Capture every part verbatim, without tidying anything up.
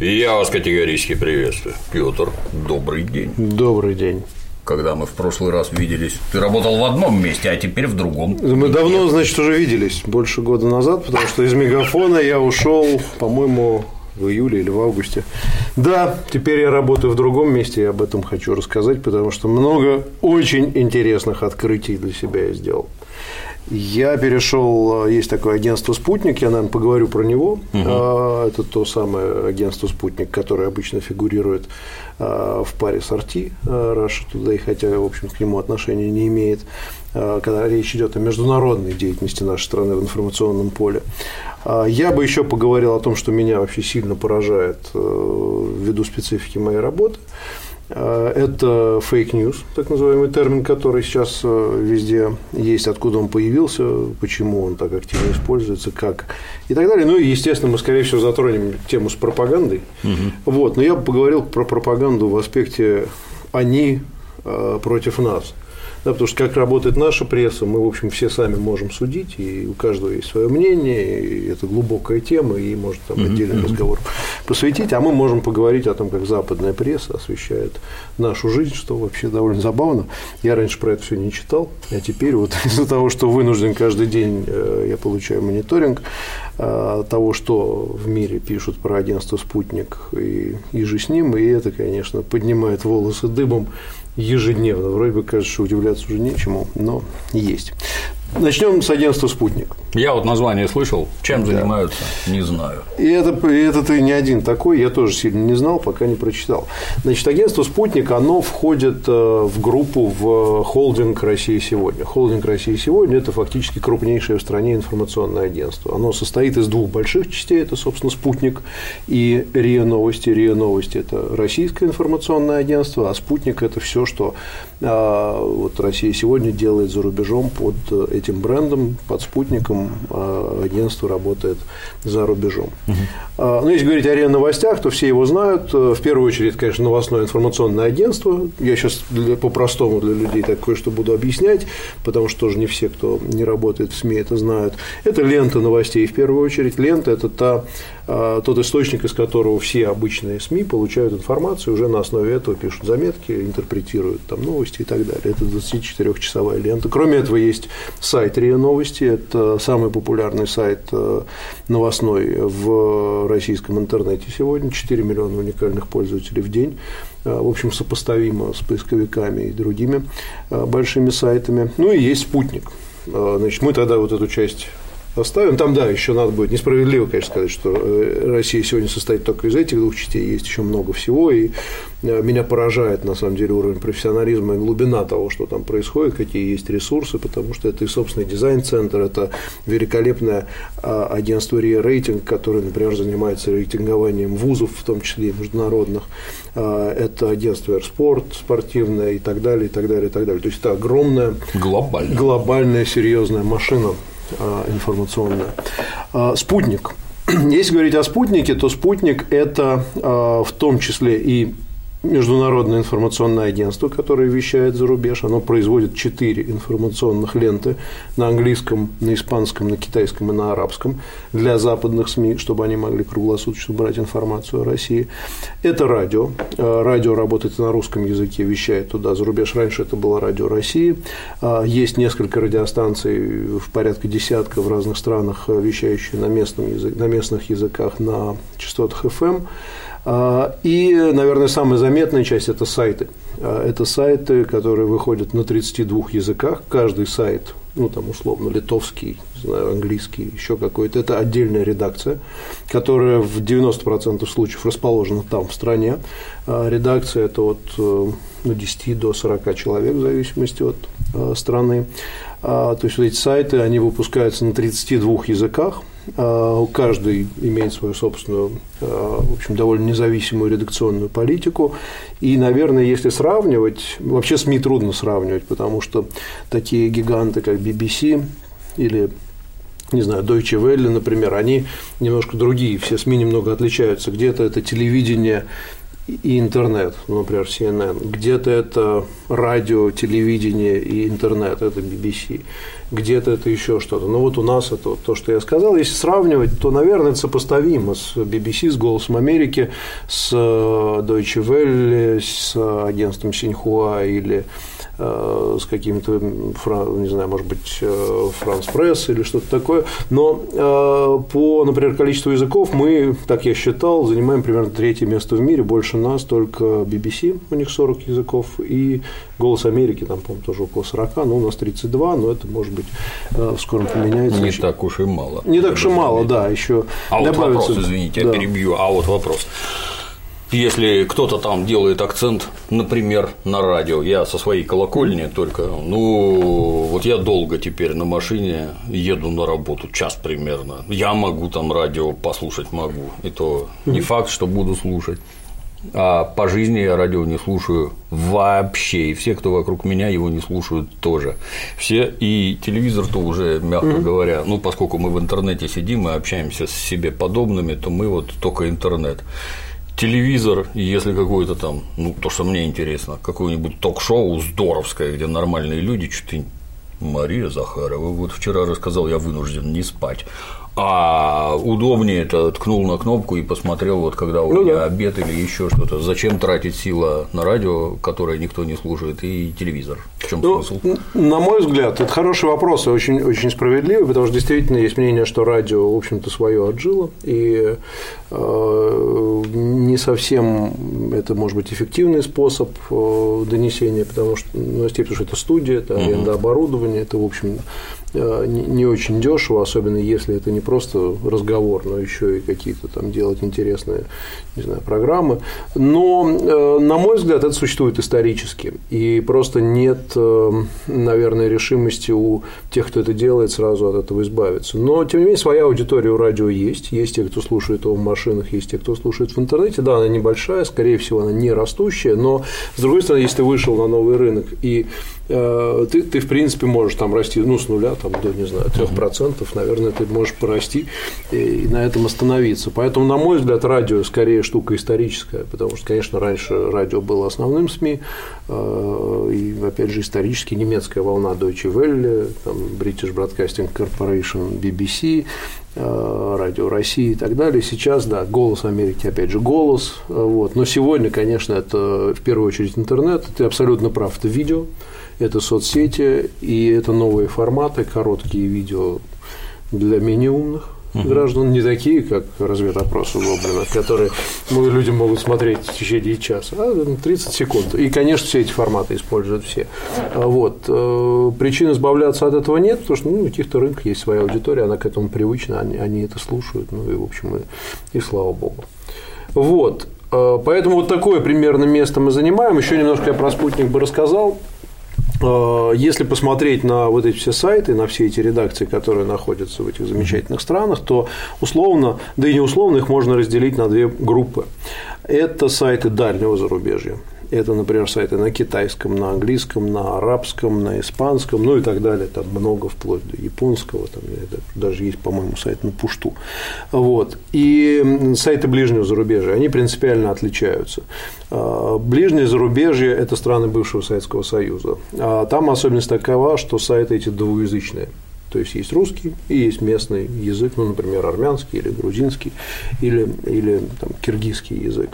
Я вас категорически приветствую. Пётр, добрый день. Добрый день. Когда мы в прошлый раз виделись, ты работал в одном месте, а теперь в другом. Мы давно, значит, уже виделись, больше года назад, потому что из Мегафона я ушел, по-моему, в июле или в августе. Да, теперь я работаю в другом месте, и об этом хочу рассказать, потому что много очень интересных открытий для себя я сделал. Я перешел, есть такое агентство «Спутник», я, наверное, поговорю про него. Угу. Это то самое агентство «Спутник», которое обычно фигурирует в паре с эр ти Russia Today, хотя, в общем, к нему отношения не имеет, когда речь идет о международной деятельности нашей страны в информационном поле. Я бы еще поговорил о том, что меня вообще сильно поражает ввиду специфики моей работы. Это фейк-ньюс, так называемый термин, который сейчас везде есть, откуда он появился, почему он так активно используется, как и так далее. Ну и, естественно, мы, скорее всего, затронем тему с пропагандой. Угу. Вот. Но я бы поговорил про пропаганду в аспекте «они против нас». Да, потому что как работает наша пресса, мы, в общем, все сами можем судить, и у каждого есть свое мнение, и это глубокая тема, и может там отдельный mm-hmm. разговор посвятить, а мы можем поговорить о том, как западная пресса освещает нашу жизнь, что вообще довольно забавно. Я раньше про это все не читал, а теперь вот из-за того, что вынужден каждый день я получаю мониторинг того, что в мире пишут про агентство «Спутник» и, и же с ним, и это, конечно, поднимает волосы дыбом ежедневно. Вроде бы кажется, что удивляться уже нечему, но есть. Начнем с агентства «Спутник». Я вот название слышал, чем да. занимаются, не знаю. И это, и это ты не один такой, я тоже сильно не знал, пока не прочитал. Значит, агентство «Спутник», оно входит в группу в холдинг «Россия сегодня». Холдинг «Россия сегодня» – это фактически крупнейшее в стране информационное агентство. Оно состоит из двух больших частей, это, собственно, «Спутник» и РИА Новости. РИА Новости – это российское информационное агентство, а «Спутник» – это все, что вот «Россия сегодня» делает за рубежом под этим брендом, под «Спутником», агентство работает за рубежом. Uh-huh. Но если говорить о РИА Новостях, то все его знают. В первую очередь, конечно, новостное информационное агентство. Я сейчас для, по-простому для людей так кое-что буду объяснять, потому что тоже не все, кто не работает в СМИ, это знают. Это лента новостей в первую очередь. Лента – это та, тот источник, из которого все обычные СМИ получают информацию, уже на основе этого пишут заметки, интерпретируют там новости и так далее. Это двадцатичетырёхчасовая лента. Кроме этого, есть сайт РИА Новости. Это самый популярный сайт новостной в российском интернете сегодня. четыре миллиона уникальных пользователей в день. В общем, сопоставимо с поисковиками и другими большими сайтами. Ну и есть «Спутник». Значит, мы тогда вот эту часть оставим. Там, да, еще надо будет несправедливо, конечно, сказать, что Россия сегодня состоит только из этих двух частей, есть еще много всего, и меня поражает, на самом деле, уровень профессионализма и глубина того, что там происходит, какие есть ресурсы, потому что это и собственный дизайн-центр, это великолепное агентство РИА Рейтинг, которое, например, занимается рейтингованием вузов, в том числе и международных, это агентство «Эрспорт» спортивное и так далее, и так далее, и так далее. То есть это огромная, глобальная, глобальная серьезная машина информационная. «Спутник». Если говорить о «Спутнике», то «Спутник» – это в том числе и международное информационное агентство, которое вещает за рубеж. Оно производит четыре информационных ленты на английском, на испанском, на китайском и на арабском для западных СМИ, чтобы они могли круглосуточно брать информацию о России. Это радио. Радио работает на русском языке, вещает туда за рубеж. Раньше это было «Радио России». Есть несколько радиостанций, в порядка десятка в разных странах, вещающие на, местном язык, на местных языках на частотах эф эм. И, наверное, самая заметная часть – это сайты. Это сайты, которые выходят на тридцати двух языках. Каждый сайт, ну, там, условно, литовский, не знаю, английский, еще какой-то, это отдельная редакция, которая в девяноста процентах случаев расположена там, в стране. Редакция – это от ну, десяти до сорока человек, в зависимости от страны. То есть, вот эти сайты, они выпускаются на тридцати двух языках. Каждый имеет свою собственную, в общем, довольно независимую редакционную политику. И, наверное, если сравнивать, вообще СМИ трудно сравнивать, потому что такие гиганты, как би би си или, не знаю, Deutsche Welle, например, они немножко другие, все СМИ немного отличаются. Где-то это телевидение и интернет, например, си эн эн, где-то это радио, телевидение и интернет, это би би си, где-то это еще что-то. Но вот у нас это то, что я сказал. Если сравнивать, то, наверное, это сопоставимо с би би си, с «Голосом Америки», с Deutsche Welle, с агентством Синьхуа или с каким-то, не знаю, может быть, Франс Пресс или что-то такое. Но по, например, количеству языков мы, так я считал, занимаем примерно третье место в мире. Больше нас только би би си, у них сорок языков, и «Голос Америки», там, по-моему, тоже около сорока, но у нас тридцать два, но это, может быть, в скором поменяется. Не так уж и мало. Не так уж и мало, да, еще а добавится. Вот вопрос, извините, да. я перебью, а вот вопрос. Если кто-то там делает акцент, например, на радио, я со своей колокольни только, ну, вот я долго теперь на машине еду на работу, час примерно, я могу там радио послушать, могу, и то не факт, что буду слушать, а по жизни я радио не слушаю вообще, и все, кто вокруг меня, его не слушают тоже, все, и телевизор-то уже, мягко mm-hmm. говоря, ну, поскольку мы в интернете сидим и общаемся с себе подобными, то мы вот только интернет. Телевизор, если какой-то там, ну, то, что мне интересно, какое-нибудь ток-шоу здоровское, где нормальные люди, что-то Мария Захарова, вот вчера рассказал, я вынужден не спать. А удобнее это ткнул на кнопку и посмотрел, вот когда у ну, меня да. обед или еще что-то. Зачем тратить силу на радио, которое никто не слушает, и телевизор? В чем ну, смысл? На мой взгляд, это хороший вопрос и очень, очень справедливый, потому что действительно есть мнение, что радио, в общем-то, свое отжило, и э, не совсем это может быть эффективный способ донесения, потому что новостей, потому что это студия, это аренда uh-huh. оборудования, это, в общем, не очень дешево, особенно если это не просто разговор, но еще и какие-то там делать интересные, не знаю, программы. Но, на мой взгляд, это существует исторически, и просто нет, наверное, решимости у тех, кто это делает, сразу от этого избавиться. Но, тем не менее, своя аудитория у радио есть, есть те, кто слушает его в машинах, есть те, кто слушает в интернете. Да, она небольшая, скорее всего, она не растущая, но, с другой стороны, если ты вышел на новый рынок и Ты, ты, в принципе, можешь там расти, ну, с нуля там, до, не знаю, трех процентов, наверное, ты можешь порасти и на этом остановиться. Поэтому, на мой взгляд, радио скорее штука историческая, потому что, конечно, раньше радио было основным СМИ, и, опять же, исторически немецкая волна Deutsche Welle, там, British Broadcasting Corporation, би би си, Радио России и так далее. Сейчас, да, «Голос Америки», опять же, голос. Вот. Но сегодня, конечно, это в первую очередь интернет. Ты абсолютно прав, это видео, это соцсети, и это новые форматы, короткие видео для менее умных uh-huh. граждан, не такие, как разведопрос у Гоблина, которые ну, люди могут смотреть в течение часа, а тридцать секунд. И, конечно, все эти форматы используют все. Вот. Причин избавляться от этого нет, потому что ну, у каких-то рынков есть своя аудитория, она к этому привычна, они, они это слушают, ну и, в общем, и, и слава богу. Вот. Поэтому вот такое примерно место мы занимаем. Еще немножко я про «Спутник» бы рассказал. Если посмотреть на вот эти все сайты, на все эти редакции, которые находятся в этих замечательных странах, то условно, да и не условно, их можно разделить на две группы. Это сайты дальнего зарубежья. Это, например, сайты на китайском, на английском, на арабском, на испанском, ну и так далее, там много, вплоть до японского, там даже есть, по-моему, сайт на пушту. Вот. И сайты ближнего зарубежья, они принципиально отличаются. Ближнее зарубежье – это страны бывшего Советского Союза. Там особенность такова, что сайты эти двуязычные. То есть есть русский и есть местный язык, ну, например, армянский или грузинский, или, или там, киргизский язык.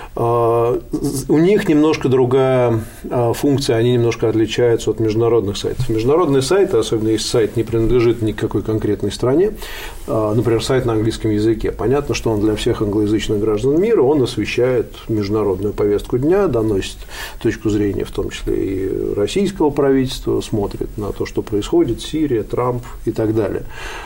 У них немножко другая функция, они немножко отличаются от международных сайтов. Международные сайты, особенно если сайт не принадлежит никакой конкретной стране, например, сайт на английском языке, понятно, что он для всех англоязычных граждан мира, он освещает международную повестку дня, доносит точку зрения, в том числе и российского правительства, смотрит на то, что происходит, Сирия, Трамп и так далее.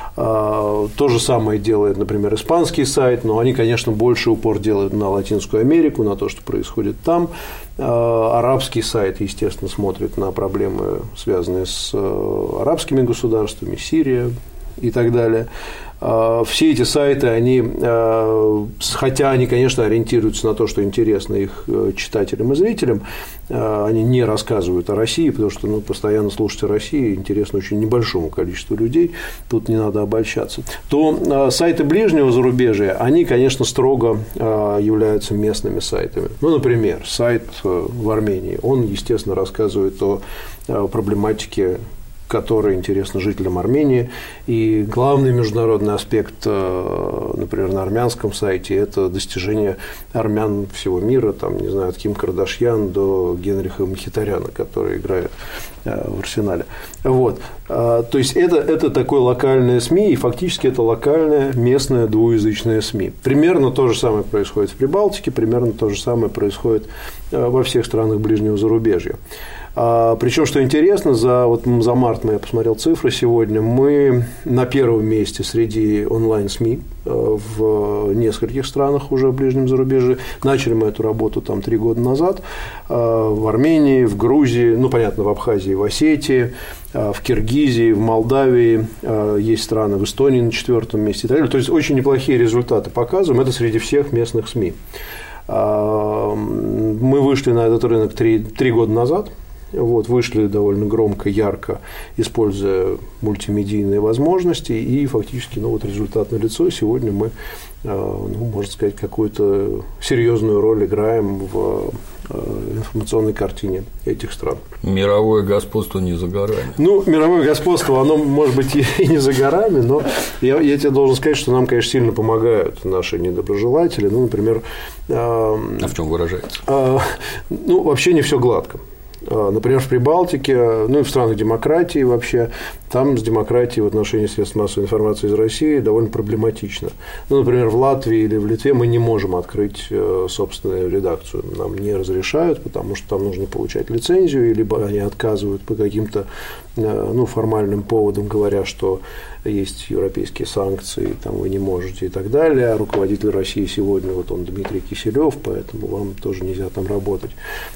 То же самое делает, например, испанский сайт, но они, конечно, больше упор делают на Латинскую Америку, на то, что происходит там. Арабский сайт, естественно, смотрит на проблемы, связанные с арабскими государствами, Сирия и так далее. Все эти сайты, они, хотя они, конечно, ориентируются на то, что интересно их читателям и зрителям, они не рассказывают о России, потому что ну, постоянно слушать о России интересно очень небольшому количеству людей, тут не надо обольщаться. То сайты ближнего зарубежья, они, конечно, строго являются местными сайтами. Ну, например, сайт в Армении, он, естественно, рассказывает о проблематике, которая интересна жителям Армении. И главный международный аспект, например, на армянском сайте – это достижение армян всего мира, там, не знаю, от Ким Кардашьян до Генриха Мхитаряна, который играет в Арсенале. Вот. То есть, это, это такое локальное СМИ, и фактически это локальное местное двуязычное СМИ. Примерно то же самое происходит в Прибалтике, примерно то же самое происходит во всех странах ближнего зарубежья. Причем, что интересно, за, вот за март я посмотрел цифры сегодня, мы на первом месте среди онлайн-СМИ в нескольких странах уже в ближнем зарубежье. Начали мы эту работу там три года назад в Армении, в Грузии, ну, понятно, в Абхазии, в Осетии, в Киргизии, в Молдавии, есть страны в Эстонии на четвертом месте и так далее. То есть, очень неплохие результаты показываем, это среди всех местных СМИ. Мы вышли на этот рынок три, три года назад. Вот, вышли довольно громко, ярко, используя мультимедийные возможности, и фактически ну, вот результат налицо. Сегодня мы, ну, можно сказать, какую-то серьезную роль играем в информационной картине этих стран. Мировое господство не за горами. Ну, мировое господство, оно, может быть, и не за горами, но я, я тебе должен сказать, что нам, конечно, сильно помогают наши недоброжелатели. Ну, например… А в чем выражается? Ну, вообще не все гладко. Например, в Прибалтике, ну и в странах демократии вообще, там с демократией в отношении средств массовой информации из России довольно проблематично. Ну, например, в Латвии или в Литве мы не можем открыть собственную редакцию, нам не разрешают, потому что там нужно получать лицензию, либо они отказывают по каким-то ну, формальным поводам, говоря, что есть европейские санкции, там вы не можете и так далее. А руководитель России сегодня, вот он Дмитрий Киселев, поэтому вам тоже нельзя там работать.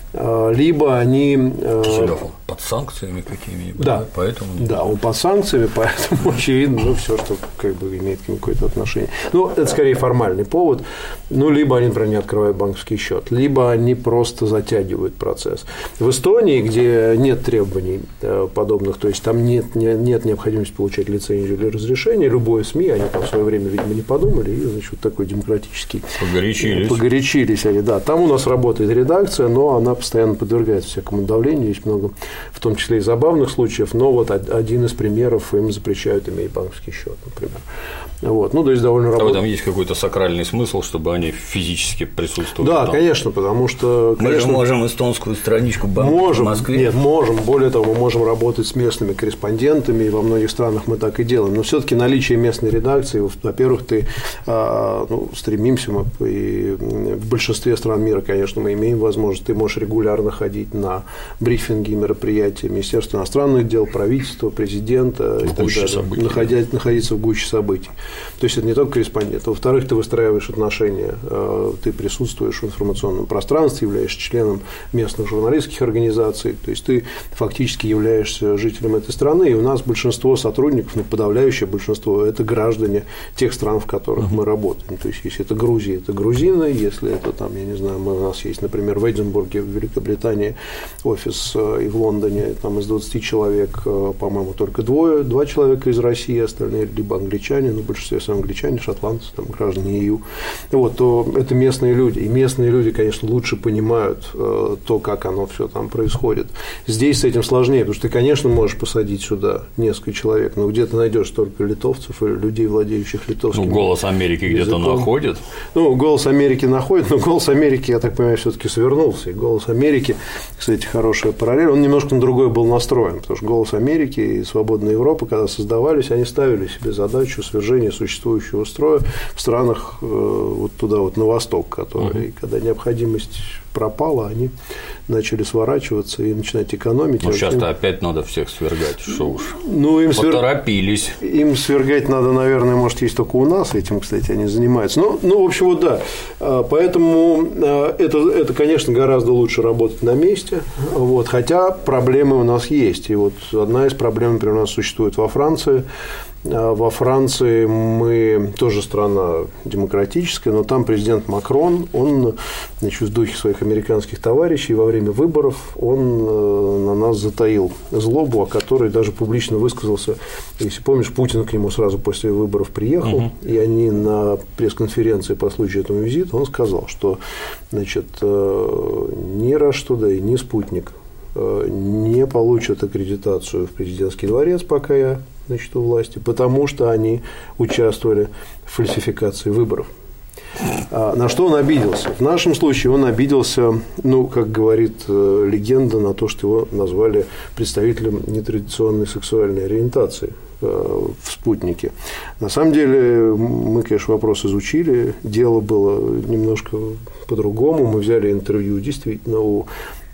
Либо они… Киселев под санкциями какими-нибудь, да, да, поэтому… Да, он под санкциями, поэтому очевидно, ну, все, что как бы имеет к нему какое-то отношение. Ну, это скорее формальный повод. Ну, либо они, например, не открывают банковский счет, либо они просто затягивают процесс. В Эстонии, где нет требований подобных, то есть там нет, нет необходимости получать лицензию или разрешение, любое СМИ, они там в свое время, видимо, не подумали, и, значит, вот такой демократический… Погорячились. Погорячились они, да. Там у нас работает редакция, но она постоянно подвергается всякому давлению, есть много, в том числе и забавных случаев, но вот один из примеров, им запрещают иметь банковский счет, например. Вот. Ну, то есть довольно работает. А в этом есть какой-то сакральный смысл, чтобы они физически присутствовали? Да, там? Конечно, потому что… Конечно, мы же можем эстонскую страничку банка можем, в Москве. Нет, можем. Более того, мы можем работать с местными корреспондентами, и во многих странах мы так и делаем. Но все-таки наличие местной редакции, во-первых, ты, ну, стремимся мы, и в большинстве стран мира, конечно, мы имеем возможность, ты можешь регулярно ходить на брифинги, мероприятия Министерства иностранных дел, правительства, президента и так далее, находить, находиться в гуще событий. То есть это не только корреспондент. Во-вторых, ты выстраиваешь отношения, ты присутствуешь в информационном пространстве, являешься членом местных журналистских организаций, то есть ты фактически являешься жителем этой страны, и у нас большинство сотрудников, ну, подавляющее большинство, это граждане тех стран, в которых uh-huh. мы работаем. То есть, если это Грузия, это грузины, если это там, я не знаю, мы, у нас есть, например, в Эдинбурге, в Великобритании офис, и в Лондоне там из двадцати человек, по-моему, только двое, два человека из России, остальные либо англичане, ну, в большинстве сам англичане, шотландцы, там, граждане Е Ю, вот, то это местные люди, и местные люди, конечно, лучше понимают э, то, как оно все там происходит. Здесь с этим сложнее, потому что ты, конечно, можешь посадить сюда несколько человек, но где ты найдешь столько литовцев или людей, владеющих литовским. Ну, «Голос Америки» где-то находит. Ну, «Голос Америки» находит, но «Голос Америки», я так понимаю, все-таки свернулся. И «Голос Америки», кстати, хорошая параллель, он немножко на другой был настроен, потому что «Голос Америки» и «Свободная Европа», когда создавались, они ставили себе задачу свержения существующего строя в странах э, вот туда вот на восток, которые, uh-huh. когда необходимость пропала, они начали сворачиваться и начинать экономить. Ну, сейчас-то опять надо всех свергать, что уж, ну, им поторопились. Свер... Им свергать надо, наверное, может, есть только у нас, этим, кстати, они занимаются. Ну, ну в общем, вот да. Поэтому это, это, конечно, гораздо лучше работать на месте, вот, хотя проблемы у нас есть. И вот одна из проблем, например, у нас существует во Франции. Во Франции мы тоже страна демократическая, но там президент Макрон, он, значит, в духе своих американских товарищей во время выборов он на нас затаил злобу, о которой даже публично высказался. Если помнишь, Путин к нему сразу после выборов приехал, угу. и они на пресс-конференции по случаю этого визита, он сказал, что, значит, ни Rush Today, ни Спутник не получат аккредитацию в президентский дворец, пока я, значит, у власти, потому что они участвовали в фальсификации выборов. На что он обиделся? В нашем случае он обиделся, ну, как говорит легенда, на то, что его назвали представителем нетрадиционной сексуальной ориентации в «Спутнике». На самом деле мы, конечно, вопрос изучили, дело было немножко по-другому. Мы взяли интервью действительно у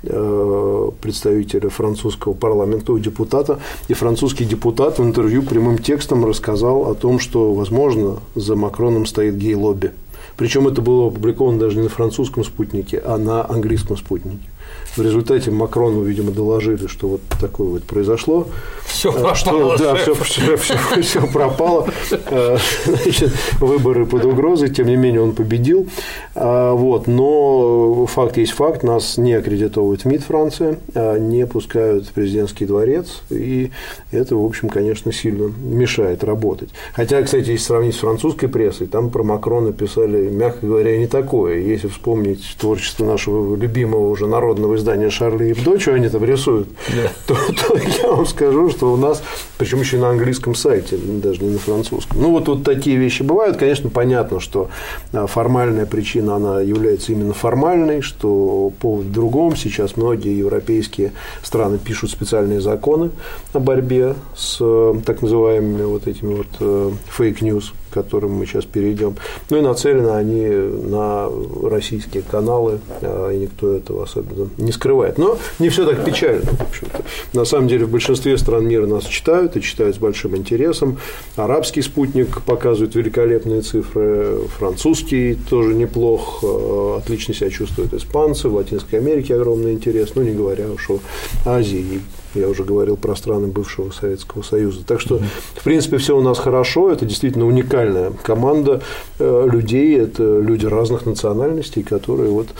представителя французского парламента, у депутата, и французский депутат в интервью прямым текстом рассказал о том, что, возможно, за Макроном стоит гей-лобби. Причем это было опубликовано даже не на французском «Спутнике», а на английском «Спутнике». В результате Макрону, видимо, доложили, что вот такое вот произошло. Все пропало. Да, все, все, все, все пропало. Значит, выборы под угрозой, тем не менее он победил. Вот. Но факт есть факт, нас не аккредитовывают в МИД Франции, не пускают в президентский дворец, и это, в общем, конечно, сильно мешает работать. Хотя, кстати, если сравнить с французской прессой, там про Макрона писали, мягко говоря, не такое. Если вспомнить творчество нашего любимого уже народного издания «Шарли Эбдо», что они там рисуют, yeah. то, то я вам скажу, что у нас, причем еще и на английском сайте, даже не на французском. Ну, вот, вот такие вещи бывают. Конечно, понятно, что формальная причина, она является именно формальной, что повод в другом. Сейчас многие европейские страны пишут специальные законы о борьбе с так называемыми вот этими вот фейк-ньюс, к которым мы сейчас перейдем. Ну и нацелены они на российские каналы, и никто этого особенно не скрывает. Но не все так печально, в общем-то. На самом деле, в большинстве стран мира нас читают, и читают с большим интересом. Арабский «Спутник» показывает великолепные цифры, французский тоже неплох, отлично себя чувствуют испанцы, в Латинской Америке огромный интерес, ну не говоря уж о Азии. Я уже говорил про страны бывшего Советского Союза. Так что, в принципе, все у нас хорошо. Это действительно уникальная команда людей. Это люди разных национальностей, которые вот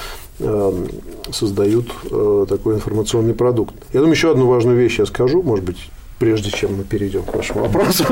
создают такой информационный продукт. Я думаю, еще одну важную вещь я скажу, может быть, прежде чем мы перейдем к вашему вопросу,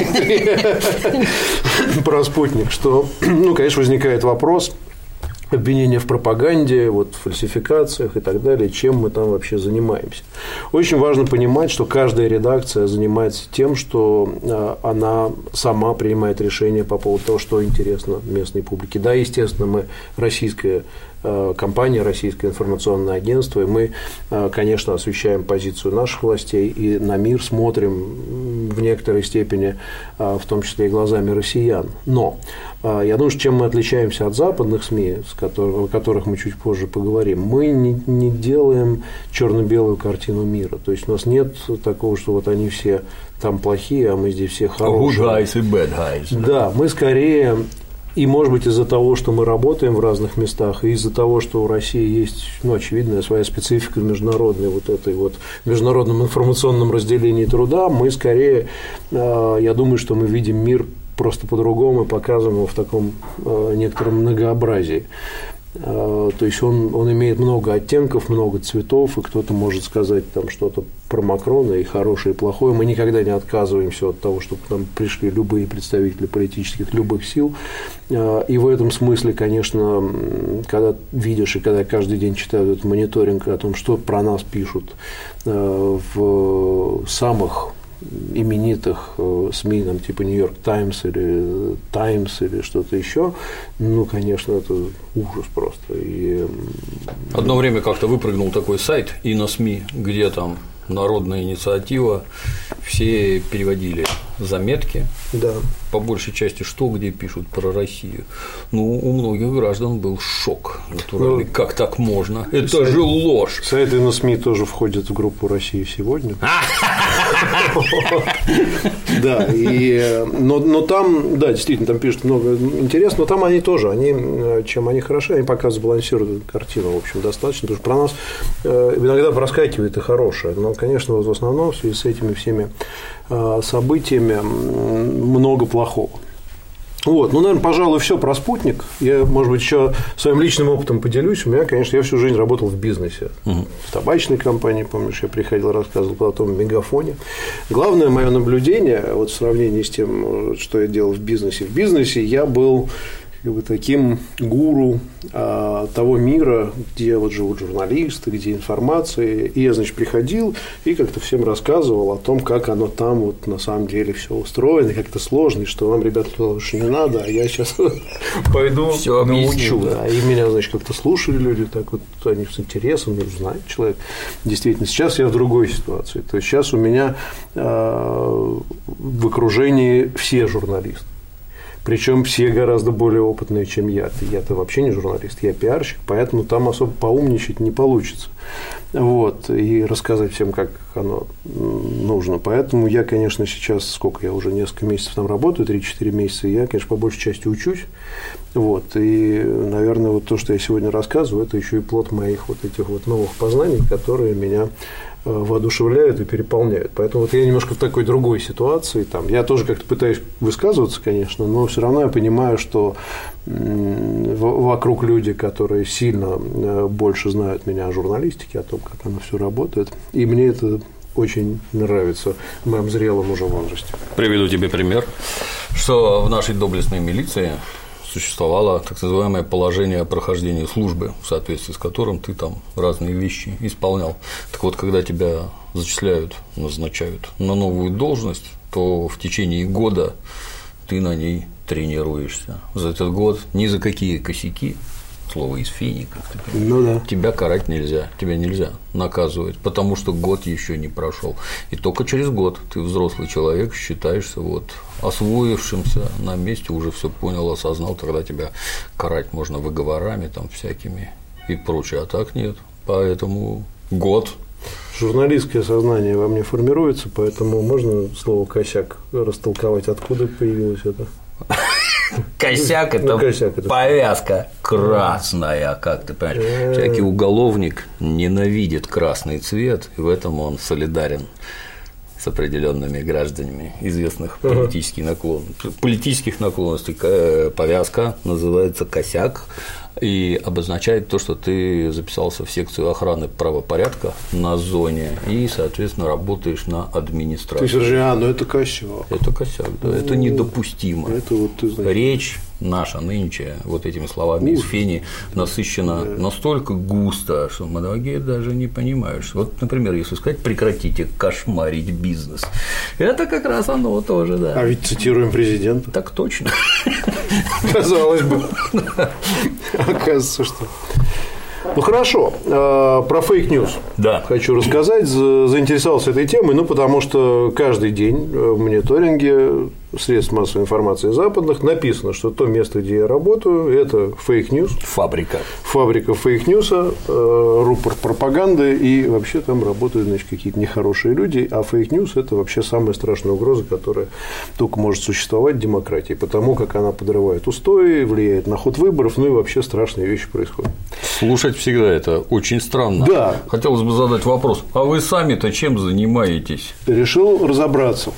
про «Спутник», что, ну, конечно, возникает вопрос обвинения в пропаганде, вот, в фальсификациях и так далее, чем мы там вообще занимаемся. Очень важно понимать, что каждая редакция занимается тем, что она сама принимает решение по поводу того, что интересно местной публике. Да, естественно, мы российская компания, российское информационное агентство, и мы, конечно, освещаем позицию наших властей и на мир смотрим в некоторой степени, в том числе и глазами россиян. Но я думаю, что чем мы отличаемся от западных СМИ, о которых мы чуть позже поговорим, мы не, не делаем черно-белую картину мира. То есть у нас нет такого, что вот они все там плохие, а мы здесь все хорошие. Good guys и bad guys. Да, мы скорее. И, может быть, из-за того, что мы работаем в разных местах, и из-за того, что у России есть, ну, очевидная своя специфика международной, вот этой вот международном информационном разделении труда, мы скорее, я думаю, что мы видим мир просто по-другому и показываем его в таком некотором многообразии. То есть он, он имеет много оттенков, много цветов, и кто-то может сказать там что-то про Макрона и хорошее, и плохое. Мы никогда не отказываемся от того, чтобы к нам пришли любые представители политических любых сил. И в этом смысле, конечно, когда видишь и когда каждый день читают этот мониторинг о том, что про нас пишут в самых именитых СМИ, там, типа Нью-Йорк Таймс или Таймс или что-то еще, ну, конечно, это ужас просто. И... Одно время как-то выпрыгнул такой сайт и на СМИ, где там народная инициатива, все переводили заметки, да. По большей части, что где пишут про Россию. Ну, у многих граждан был шок. Натуральный. Ну, как так можно? Это сайт, же ложь. Сайты на СМИ тоже входят в группу «Россия сегодня». Да, и, но, но там, да, действительно, там пишут много интересного, но там они тоже, они, чем они хороши, они показывают сбалансированную картину, в общем, достаточно, потому что про нас иногда проскакивает и хорошее, но, конечно, вот в основном в связи с этими всеми событиями много плохого. Вот, ну, наверное, пожалуй, все про спутник. Я, может быть, еще своим личным опытом поделюсь. У меня, конечно, я всю жизнь работал в бизнесе. Угу. В табачной компании, помнишь, я приходил, рассказывал, потом в Мегафоне. Главное мое наблюдение, вот в сравнении с тем, что я делал в бизнесе. В бизнесе я был как бы таким гуру а, того мира, где вот живут журналисты, где информация. И я, значит, приходил и как-то всем рассказывал о том, как оно там вот на самом деле все устроено, как это сложно, и что вам, ребята, туда лучше не надо, а я сейчас пойду научу. И меня, значит, как-то слушали люди, так вот они с интересом, ну, знает человек. Действительно, сейчас я в другой ситуации. То есть сейчас у меня в окружении все журналисты. Причем все гораздо более опытные, чем я. Я-то вообще не журналист, я пиарщик, поэтому там особо поумничать не получится. Вот, и рассказать всем, как оно нужно. Поэтому я, конечно, сейчас, сколько я уже несколько месяцев там работаю, три-четыре месяца, я, конечно, по большей части учусь. Вот, и, наверное, вот то, что я сегодня рассказываю, это еще и плод моих вот этих вот новых познаний, которые меня воодушевляют и переполняют. Поэтому вот я немножко в такой другой ситуации. Там, я тоже как-то пытаюсь высказываться, конечно, но все равно я понимаю, что вокруг люди, которые сильно больше знают меня о журналистике, о том, как оно все работает. И мне это очень нравится в моем зрелом уже возрасте. Приведу тебе пример, что в нашей доблестной милиции существовало так называемое положение о прохождении службы, в соответствии с которым ты там разные вещи исполнял. Так вот, когда тебя зачисляют, назначают на новую должность, то в течение года ты на ней тренируешься. За этот год ни за какие косяки, слово из фени, как ты понимаешь, ну, да. тебя карать нельзя, тебя нельзя наказывать, потому что год еще не прошел. И только через год ты взрослый человек, считаешься вот освоившимся на месте, уже все понял, осознал, тогда тебя карать можно выговорами там всякими и прочее, а так нет. Поэтому год. Журналистское сознание во мне формируется, поэтому можно слово «косяк» растолковать, откуда появилось это? Косяк – это, ну, косяк это повязка красная, как ты понимаешь. Всякий уголовник ненавидит красный цвет, и в этом он солидарен с определенными гражданами известных политических наклонностей. Политических наклонностей повязка называется косяк и обозначает то, что ты записался в секцию охраны правопорядка на зоне и, соответственно, работаешь на администрации. То есть, а, ну это косяк. Это косяк, да, ну, это недопустимо. Это вот, ты знаешь. Речь наша нынче вот этими словами из фени насыщена да. настолько густо, что многие даже не понимают. Вот, например, если сказать «прекратите кошмарить бизнес», это как раз оно тоже, да. А ведь цитируем президента. Так точно. Казалось бы. Оказывается, что… Ну хорошо, про фейк-ньюс да. хочу рассказать. Заинтересовался этой темой, ну потому что каждый день в мониторинге средств массовой информации западных написано, что то место, где я работаю, это фейк-ньюс. Фабрика. Фабрика фейк-ньюса, рупор пропаганды, и вообще там работают, значит, какие-то нехорошие люди, а фейк-ньюс – это вообще самая страшная угроза, которая только может существовать в демократии, потому как она подрывает устои, влияет на ход выборов, ну и вообще страшные вещи происходят. Слушать всегда это очень странно. Да. Хотелось бы задать вопрос, а вы сами-то чем занимаетесь? Решил разобраться.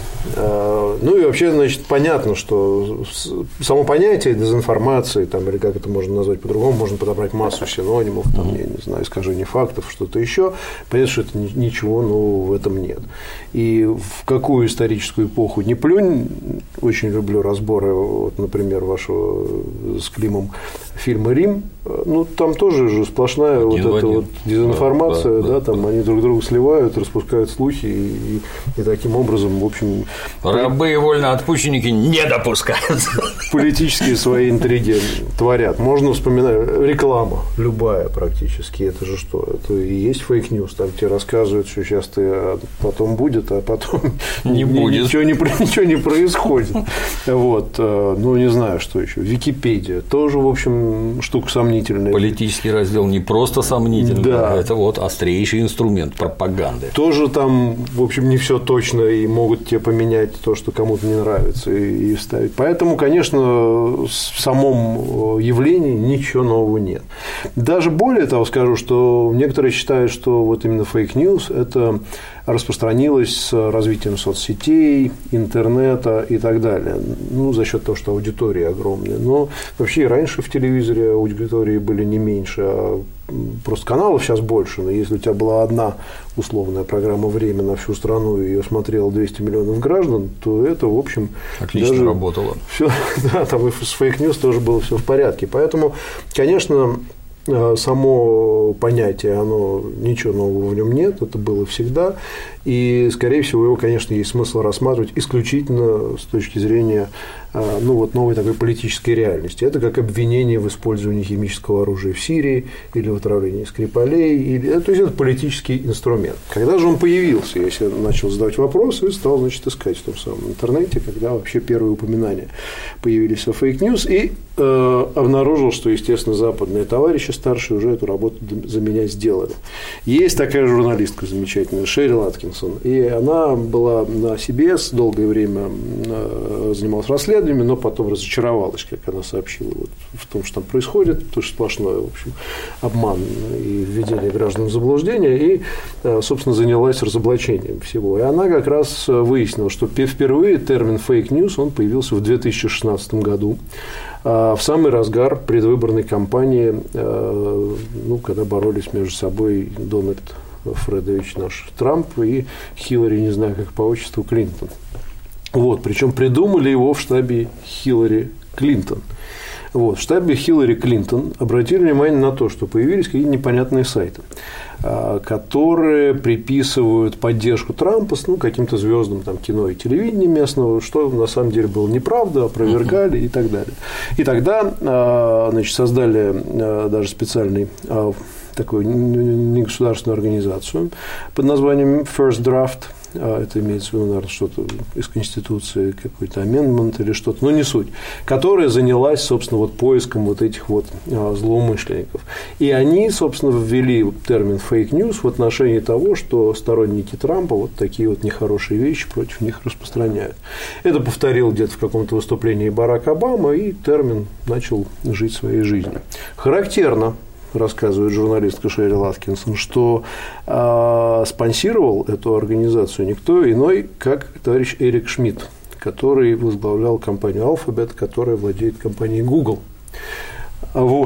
Ну и вообще, значит, понятно, что само понятие дезинформации, там, или как это можно назвать по-другому, можно подобрать массу синонимов, там, я не знаю, искажений фактов, что-то еще. Понятно, что это ничего нового в этом нет. И в какую историческую эпоху не плюнь, очень люблю разборы, вот, например, вашего с Климом фильма «Рим», ну, там тоже же сплошная один вот эта вот дезинформация, да, да, да, там да. Они друг друга сливают, распускают слухи, и, и таким образом, в общем… Рабы и вольноотпущенники не допускаются. Политические свои интриги творят. Можно вспоминать, реклама любая практически, это же что? Это и есть фейк-ньюс, там тебе рассказывают, что сейчас ты, а потом будет, а потом не будет. Ничего не, ничего не происходит. Вот. Ну, не знаю, что еще. Википедия тоже, в общем, штука сомнительная. Политический раздел не просто сомнительный, да. это вот острейший инструмент пропаганды. Тоже там, в общем, не все точно, и могут тебе поменять то, что кому-то не нравится, и, и вставить. Поэтому, конечно, в самом явлении ничего нового нет. Даже более того скажу, что некоторые считают, что вот именно фейк-ньюс – это распространилось с развитием соцсетей, интернета и так далее. Ну, за счет того, что аудитория огромная. Но вообще и раньше в телевизоре аудитории были не меньше, а просто каналов сейчас больше. Но если у тебя была одна условная программа «Время» на всю страну, и ее смотрело двести миллионов граждан, то это, в общем, отлично даже работало. Все, да, там и с фейк-ньюс тоже было все в порядке. Поэтому, конечно, само понятие, оно, ничего нового в нем нет, это было всегда, и, скорее всего, его, конечно, есть смысл рассматривать исключительно с точки зрения ну, вот, новой такой политической реальности. Это как обвинение в использовании химического оружия в Сирии или в отравлении Скрипалей, или, то есть это политический инструмент. Когда же он появился, я себе начал задавать вопросы и стал, значит, искать в том самом интернете, когда вообще первые упоминания появились о фейк-ньюс, и э, обнаружил, что, естественно, западные товарищи старшие уже эту работу за меня сделали. Есть такая журналистка замечательная, Шерил Аткинсон, и она была на си би эс, долгое время занималась расследованием, но потом разочаровалась, как она сообщила, вот, в том, что там происходит, потому что сплошной, в общем, обман и введение граждан в заблуждение, и, собственно, занялась разоблачением всего. И она как раз выяснила, что впервые термин «фейк-ньюс» он появился в две тысячи шестнадцатом году, в самый разгар предвыборной кампании, ну, когда боролись между собой Дональд Фредович наш Трамп и Хиллари, не знаю, как по отчеству, Клинтон. Вот, причем придумали его в штабе Хиллари Клинтон. Вот, в штабе Хиллари Клинтон обратили внимание на то, что появились какие-то непонятные сайты, которые приписывают поддержку Трампа ну, каким-то звездам там, кино и телевидения местного, что на самом деле было неправда, опровергали и так далее. И тогда значит, создали даже специальный такую негосударственную организацию под названием First Draft. Это имеется в виду, наверное, что-то из Конституции, какой-то amendment или что-то, но не суть, которая занялась, собственно, вот поиском вот этих вот злоумышленников. И они, собственно, ввели термин fake news в отношении того, что сторонники Трампа вот такие вот нехорошие вещи против них распространяют. Это повторил где-то в каком-то выступлении Барак Обама, и термин начал жить своей жизнью. Характерно, рассказывает журналистка Шерил Аткинсон, что э, спонсировал эту организацию никто иной, как товарищ Эрик Шмидт, который возглавлял компанию Alphabet, которая владеет компанией Google. Вот.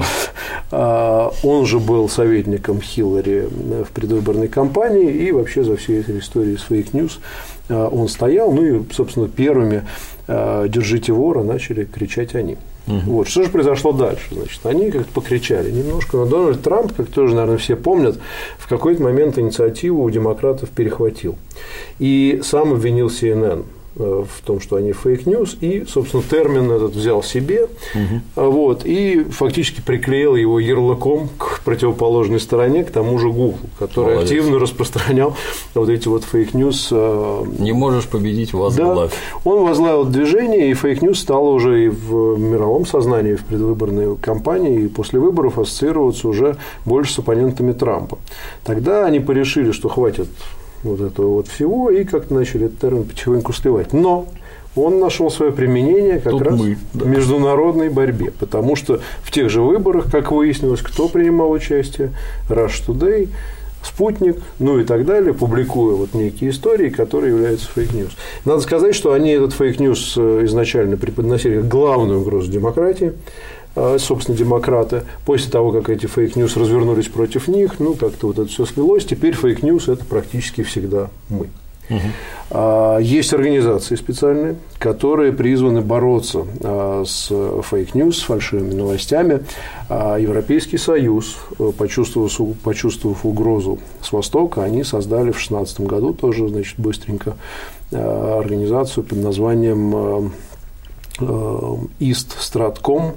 Он же был советником Хиллари в предвыборной кампании, и вообще за всей этой историей с фейк-ньюс он стоял. Ну и, собственно, первыми «держите вора» начали кричать они. Угу. Вот. Что же произошло дальше? Значит, они как-то покричали немножко, но Дональд Трамп, как тоже, наверное, все помнят, в какой-то момент инициативу у демократов перехватил. И сам обвинил си эн эн в том, что они фейк-ньюс, и, собственно, термин этот взял себе, угу. вот, и фактически приклеил его ярлыком к противоположной стороне, к тому же Google, который Молодец. активно распространял вот эти вот фейк-ньюс. Не можешь победить, возглавь. Да, он возглавил движение, и фейк-ньюс стало уже и в мировом сознании, в предвыборной кампании, и после выборов ассоциироваться уже больше с оппонентами Трампа. Тогда они порешили, что хватит вот этого вот всего, и как-то начали этот термин потихоньку сливать. Но он нашел свое применение как Тут раз мы, да. в международной борьбе, потому что в тех же выборах, как выяснилось, кто принимал участие, Russia Today, Спутник, ну и так далее, публикуя вот некие истории, которые являются фейк-ньюс. Надо сказать, что они этот фейк-ньюс изначально преподносили как главную угрозу демократии, собственно, демократы. После того, как эти фейк-ньюс развернулись против них, ну, как-то вот это все слилось. Теперь фейк-ньюс – это практически всегда мы. Угу. Есть организации специальные, которые призваны бороться с фейк-ньюс, с фальшивыми новостями. Европейский Союз, почувствовав, почувствовав угрозу с Востока, они создали в две тысячи шестнадцатом году тоже, значит, быстренько организацию под названием East Stratcom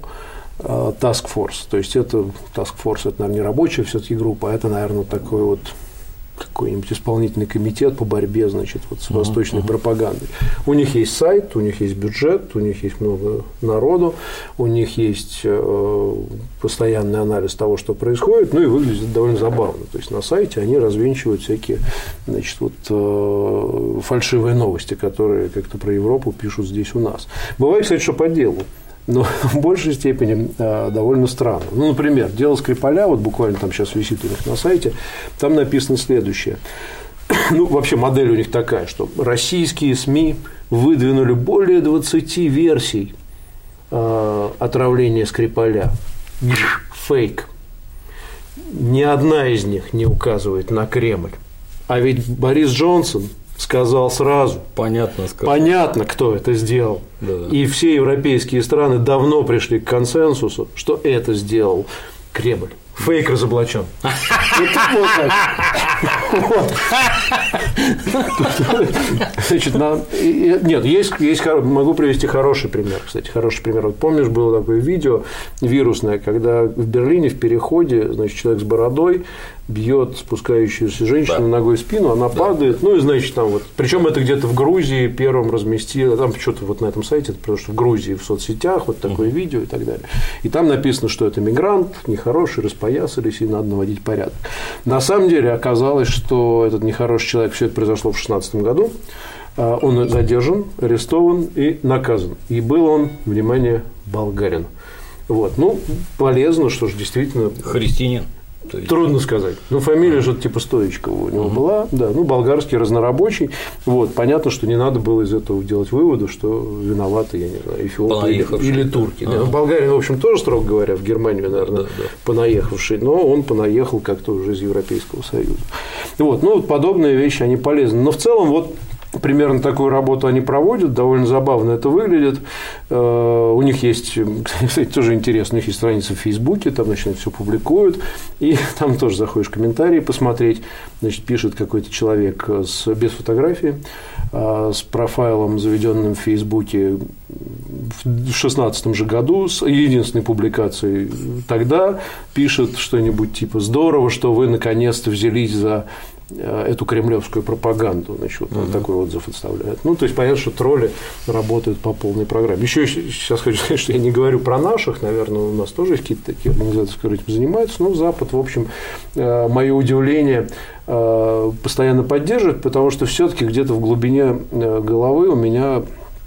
Task Force. То есть это Task Force, это, наверное, не рабочая все-таки группа, а это, наверное, такой вот какой-нибудь исполнительный комитет по борьбе, значит, вот с восточной uh-huh. пропагандой. У них есть сайт, у них есть бюджет, у них есть много народу, у них есть э, постоянный анализ того, что происходит, ну и выглядит это довольно забавно. То есть на сайте они развенчивают всякие, значит, вот, э, фальшивые новости, которые как-то про Европу пишут здесь у нас. Бывает, кстати, что по делу. Но в большей степени э, довольно странно. Ну, например, дело Скрипаля, вот буквально там сейчас висит у них на сайте, там написано следующее. Ну, вообще модель у них такая, что российские СМИ выдвинули более двадцати версий э, отравления Скрипаля. Фейк. Ни одна из них не указывает на Кремль. А ведь Борис Джонсон сказал сразу. Понятно, сказал. Понятно, кто это сделал. Да. И все европейские страны давно пришли к консенсусу, что это сделал Кремль. Фейк разоблачен. Значит, нет, есть, есть, могу привести хороший пример, кстати, хороший пример. Вот помнишь, было такое видео вирусное, когда в Берлине в переходе, значит, человек с бородой бьет спускающуюся женщину да. ногой в спину, она да. падает, ну и значит там вот, причем это где-то в Грузии первым разместили, там что-то вот на этом сайте, потому что в Грузии в соцсетях вот такое uh-huh. видео и так далее, и там написано, что это мигрант, нехороший, распоясались и надо наводить порядок. На самом деле оказалось, что этот нехороший человек, все это произошло в две тысячи шестнадцатом году, он задержан, арестован и наказан, и был он, внимание, болгарин. Вот, ну полезно, что же действительно христианин. Трудно сказать. Ну, фамилия же типа Стоичкова у него uh-huh. была, да, ну, болгарский разнорабочий. Вот, понятно, что не надо было из этого делать выводы, что виноваты, я не знаю, эфиопы или турки. Uh-huh. Да. Болгарин, в общем, тоже, строго говоря, в Германию, наверное, uh-huh. понаехавший, но он понаехал как-то уже из Европейского Союза. Вот, ну, вот подобные вещи, они полезны. Но в целом, вот примерно такую работу они проводят, довольно забавно это выглядит. У них есть, кстати, тоже интересно, у них есть страница в Фейсбуке, там, значит, все публикуют, и там тоже заходишь в комментарии посмотреть, значит, пишет какой-то человек с, без фотографии, с профайлом, заведенным в Фейсбуке в две тысячи шестнадцатом же году, с единственной публикацией тогда, пишет что-нибудь типа «Здорово, что вы наконец-то взялись за эту кремлевскую пропаганду», значит, вот uh-huh. такой отзыв отставляет. Ну, то есть понятно, что тролли работают по полной программе. Еще сейчас хочу сказать, что я не говорю про наших, наверное, у нас тоже есть какие-то такие организации, которые этим занимаются, но Запад, в общем, мое удивление постоянно поддерживает, потому что все-таки где-то в глубине головы у меня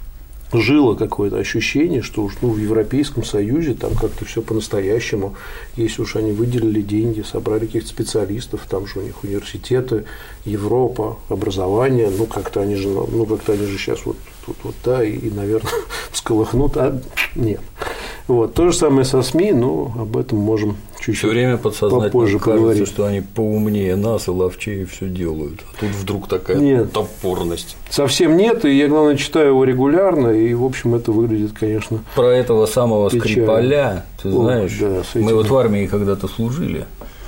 жило какое-то ощущение, что уж ну, в Европейском Союзе там как-то все по-настоящему, если уж они выделили деньги, собрали каких-то специалистов, там же у них университеты, Европа, образование, ну как-то они же, ну как-то они же сейчас вот тут вот да и, и наверное, всколыхнут, а нет. Вот. То же самое со СМИ, но об этом можем чуть-чуть все время подсознательно попозже кажется, поговорить. Что они поумнее нас и ловчее все делают. А тут вдруг такая нет. топорность. Совсем нет, и я, главное, читаю его регулярно, и, в общем, это выглядит, конечно, про этого самого печально. Скрипаля, ты О, знаешь, да, мы вот в армии когда-то служили,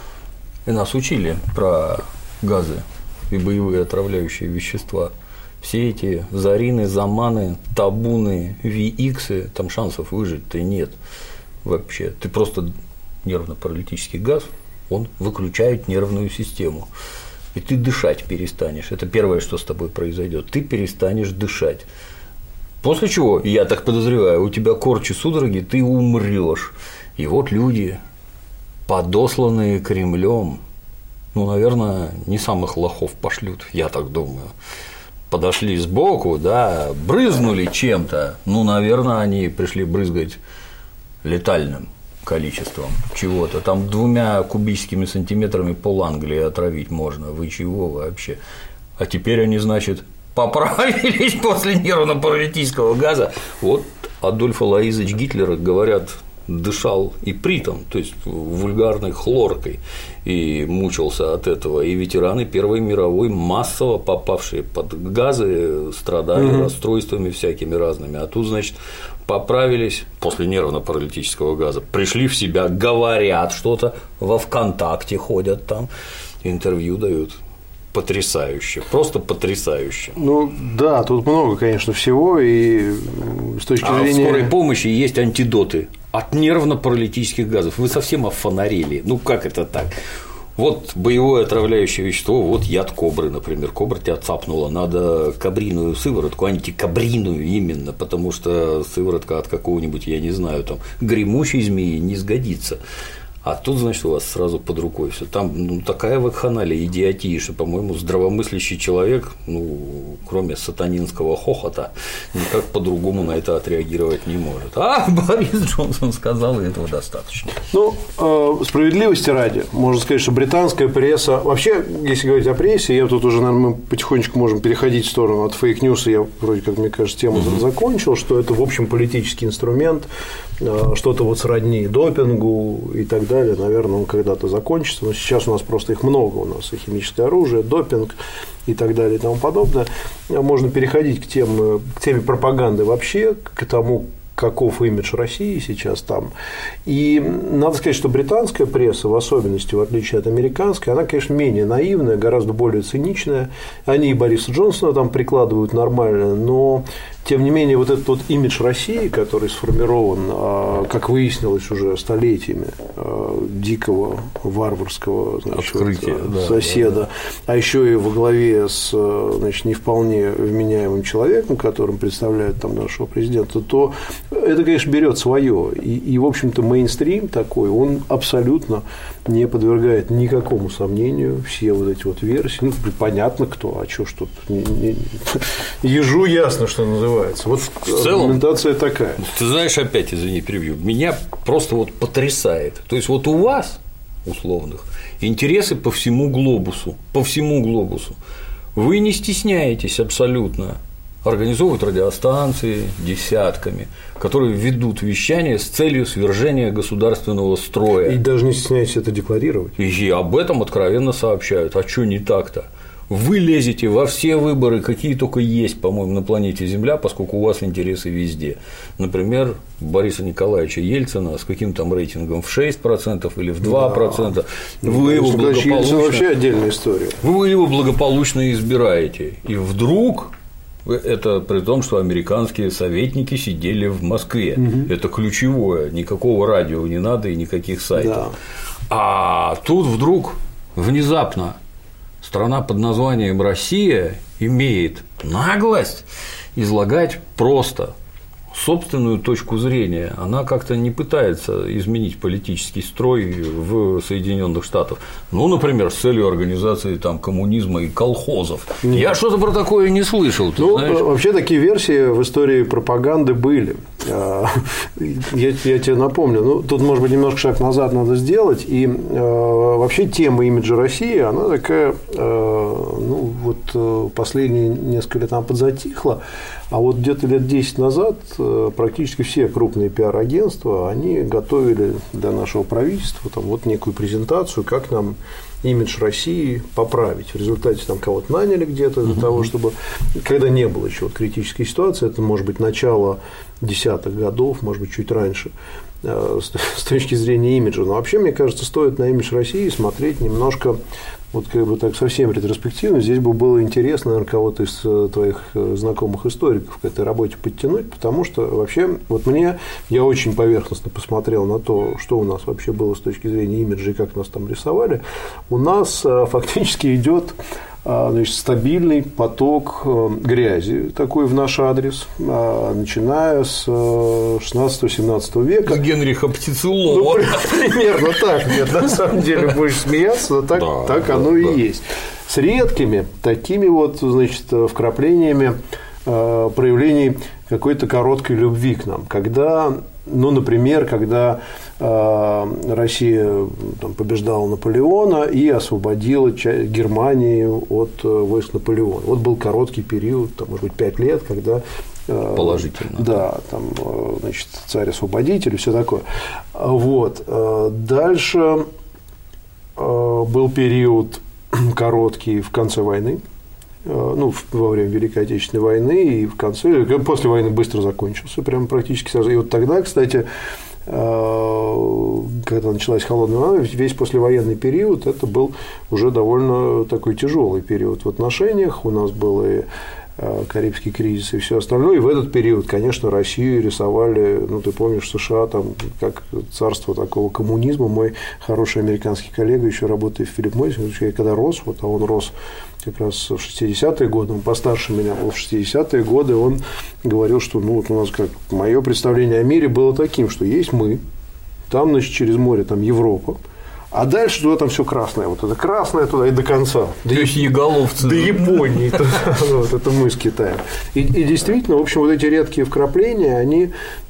и нас учили про газы и боевые отравляющие вещества. Все эти зарины, заманы, табуны, ви иксы, там шансов выжить-то нет вообще. Ты просто нервно-паралитический газ, он выключает нервную систему. И ты дышать перестанешь. Это первое, что с тобой произойдет. Ты перестанешь дышать. После чего, я так подозреваю, у тебя корчи судороги, ты умрешь. И вот люди, подосланные Кремлем, ну, наверное, не самых лохов пошлют, я так думаю. Подошли сбоку, да, брызнули чем-то, ну, наверное, они пришли брызгать летальным количеством чего-то. Там двумя кубическими сантиметрами пол Англии отравить можно. Вы чего вообще? А теперь они, значит, поправились после нервно-паралитического газа. Вот Адольф Алоизович Гитлер, говорят, дышал ипритом, то есть вульгарной хлоркой, и мучился от этого. И ветераны Первой мировой, массово попавшие под газы, страдали угу. расстройствами всякими разными. А тут, значит, поправились после нервно-паралитического газа, пришли в себя, говорят что-то, во ВКонтакте ходят там, интервью дают. Потрясающе, просто потрясающе. Ну да, тут много, конечно, всего, и с точки а зрения. В скорой помощи есть антидоты от нервно-паралитических газов. Вы совсем офонарели. Ну как это так? Вот боевое отравляющее вещество, вот яд кобры, например. Кобра тебя цапнула, надо кобриную сыворотку, антикобриную именно, потому что сыворотка от какого-нибудь, я не знаю, там, гремучей змеи не сгодится. А тут, значит, у вас сразу под рукой все. Там ну, такая вакханалия, идиотия, что, по-моему, здравомыслящий человек, ну, кроме сатанинского хохота, никак по-другому на это отреагировать не может. А Борис Джонсон сказал, и этого достаточно. Ну, справедливости ради, можно сказать, что британская пресса, вообще, если говорить о прессе, я тут уже, наверное, мы потихонечку можем переходить в сторону от фейк-ньюса, я вроде как, мне кажется, тему mm-hmm. закончил, что это, в общем, политический инструмент, что-то вот сродни допингу и так далее, наверное, он когда-то закончится, но сейчас у нас просто их много, у нас и химическое оружие, допинг и так далее и тому подобное. Можно переходить к теме, к теме пропаганды вообще, к тому, каков имидж России сейчас там. И надо сказать, что британская пресса, в особенности, в отличие от американской, она, конечно, менее наивная, гораздо более циничная. Они и Бориса Джонсона там прикладывают нормально, но тем не менее, вот этот вот имидж России, который сформирован, как выяснилось уже столетиями, дикого варварского, значит, вот, да, соседа, да, да. а еще и во главе с, значит, не вполне вменяемым человеком, которым представляют там нашего президента, то это, конечно, берет свое. И, и, в общем-то, мейнстрим такой, он абсолютно не подвергает никакому сомнению все вот эти вот версии. Ну, понятно, кто, а что ж тут. Ежу ясно, что называется. Вот в целом, аргументация такая. Ты знаешь, опять, извини, перебью, меня просто вот потрясает. То есть, вот у вас, условных, интересы по всему глобусу, по всему глобусу. Вы не стесняетесь абсолютно организовывать радиостанции десятками, которые ведут вещание с целью свержения государственного строя. И даже не стесняетесь это декларировать. И об этом откровенно сообщают. А что не так-то? Вы лезете во все выборы, какие только есть, по-моему, на планете Земля, поскольку у вас интересы везде. Например, Бориса Николаевича Ельцина с каким там рейтингом в шесть процентов или в два процента. Да. Вы его благополучно... вообще отдельная история. Вы его благополучно избираете. И вдруг. Это при том, что американские советники сидели в Москве. Угу. Это ключевое. Никакого радио не надо и никаких сайтов. Да. А тут вдруг внезапно страна под названием Россия имеет наглость излагать просто собственную точку зрения. Она как-то не пытается изменить политический строй в Соединенных Штатах. Ну, например, с целью организации там коммунизма и колхозов. Нет. Я что-то про такое не слышал. Ты ну, знаешь? Вообще такие версии в истории пропаганды были. Я, я тебе напомню. Ну, тут, может быть, немножко шаг назад надо сделать. И вообще тема имиджа России, она такая, ну, вот последние несколько лет она подзатихла. А вот где-то лет десять назад практически все крупные пиар-агентства, они готовили для нашего правительства там, вот некую презентацию, как нам имидж России поправить. В результате там кого-то наняли где-то для uh-huh. того, чтобы, когда не было еще вот критической ситуации, это может быть начало десятых годов, может быть, чуть раньше, с точки зрения имиджа. Но вообще, мне кажется, стоит на имидж России смотреть немножко, вот как бы так совсем ретроспективно. Здесь бы было интересно, наверное, кого-то из твоих знакомых историков к этой работе подтянуть, потому что вообще, вот мне, я очень поверхностно посмотрел на то, что у нас вообще было с точки зрения имиджа и как нас там рисовали. У нас фактически идет, значит, стабильный поток грязи такой в наш адрес, начиная с шестнадцатого-семнадцатого века. С Генриха Птицелова. Ну, примерно так. Нет, на самом деле будешь смеяться, но так, да, так да, оно да. и есть. С редкими такими вот, значит, вкраплениями проявлений какой-то короткой любви к нам, когда, ну, например, когда э, Россия там, побеждала Наполеона и освободила Германию от войск Наполеона. Вот был короткий период, там, может быть, пять лет, когда э, положительно. Да, там, значит, царь-освободитель и все такое. Вот. Дальше э, был период короткий в конце войны. Ну, во время Великой Отечественной войны и в конце, после войны быстро закончился, прям практически сразу. И вот тогда, кстати, когда началась холодная война, весь послевоенный период, это был уже довольно такой тяжелый период в отношениях. У нас был и Карибский кризис и все остальное. И в этот период, конечно, Россию рисовали, ну, ты помнишь, США там как царство такого коммунизма. Мой хороший американский коллега, еще работает в Филипп Моррис, я когда рос, вот, а он рос как раз в шестидесятые годы, он постарше меня был в шестидесятые годы, он говорил, что ну, вот у нас как мое представление о мире было таким, что есть мы, там, значит, через море там Европа, а дальше туда там все красное. Вот это красное туда и до конца. То есть яголовцы. До Японии. Вот это мы с Китаем. И действительно, в общем, вот эти редкие вкрапления, они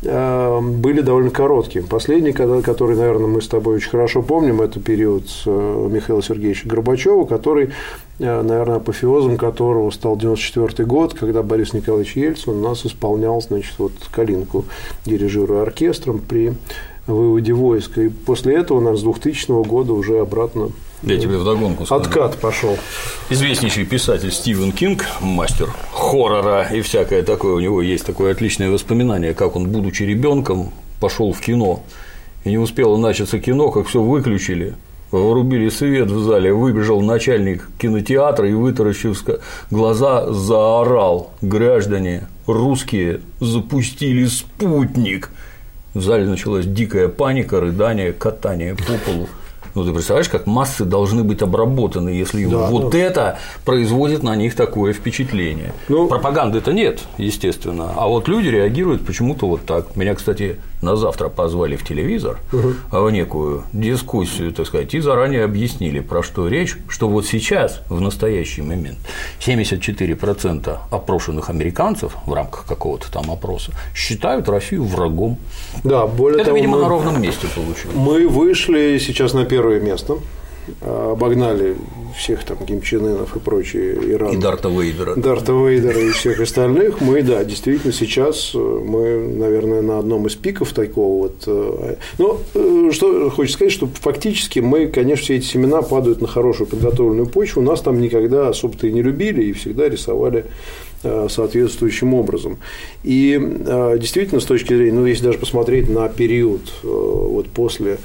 были довольно короткими. Последний, который, наверное, мы с тобой очень хорошо помним, это период Михаила Сергеевича Горбачева, который, наверное, апофеозом которого стал девяносто четвёртый год, когда Борис Николаевич Ельцин у нас исполнял, значит, вот Калинку, дирижируя оркестром при выводе войск. И после этого у нас с двухтысячного года уже обратно Я тебе вдогонку скажу. Откат пошел. Известнейший писатель Стивен Кинг, мастер хоррора и всякое такое, у него есть такое отличное воспоминание, как он, будучи ребенком, пошел в кино. И не успело начаться кино, как все выключили, врубили свет в зале, выбежал начальник кинотеатра и, вытаращив глаза, заорал: граждане, русские запустили спутник. В зале началась дикая паника, рыдание, катание по полу. Ну, ты представляешь, как массы должны быть обработаны, если да, вот да. это производит на них такое впечатление. Ну, пропаганды-то нет, естественно, а вот люди реагируют почему-то вот так. Меня, кстати, на завтра позвали в телевизор угу. в некую дискуссию, так сказать, и заранее объяснили, про что речь, что вот сейчас, в настоящий момент, семьдесят четыре процента опрошенных американцев в рамках какого-то там опроса считают Россию врагом. Да, более это, того, видимо, мы, на ровном месте получилось. Мы вышли сейчас на первое место, обогнали всех там Ким Чен Ынов и прочие Иран. И Дарта Вейдера. Дарта Вейдера и всех остальных. Мы, да, действительно, сейчас мы, наверное, на одном из пиков такого вот. Ну, что хочется сказать, что фактически мы, конечно, все эти семена падают на хорошую подготовленную почву. Нас там никогда особо-то и не любили, и всегда рисовали соответствующим образом. И действительно, с точки зрения, ну, если даже посмотреть на период вот после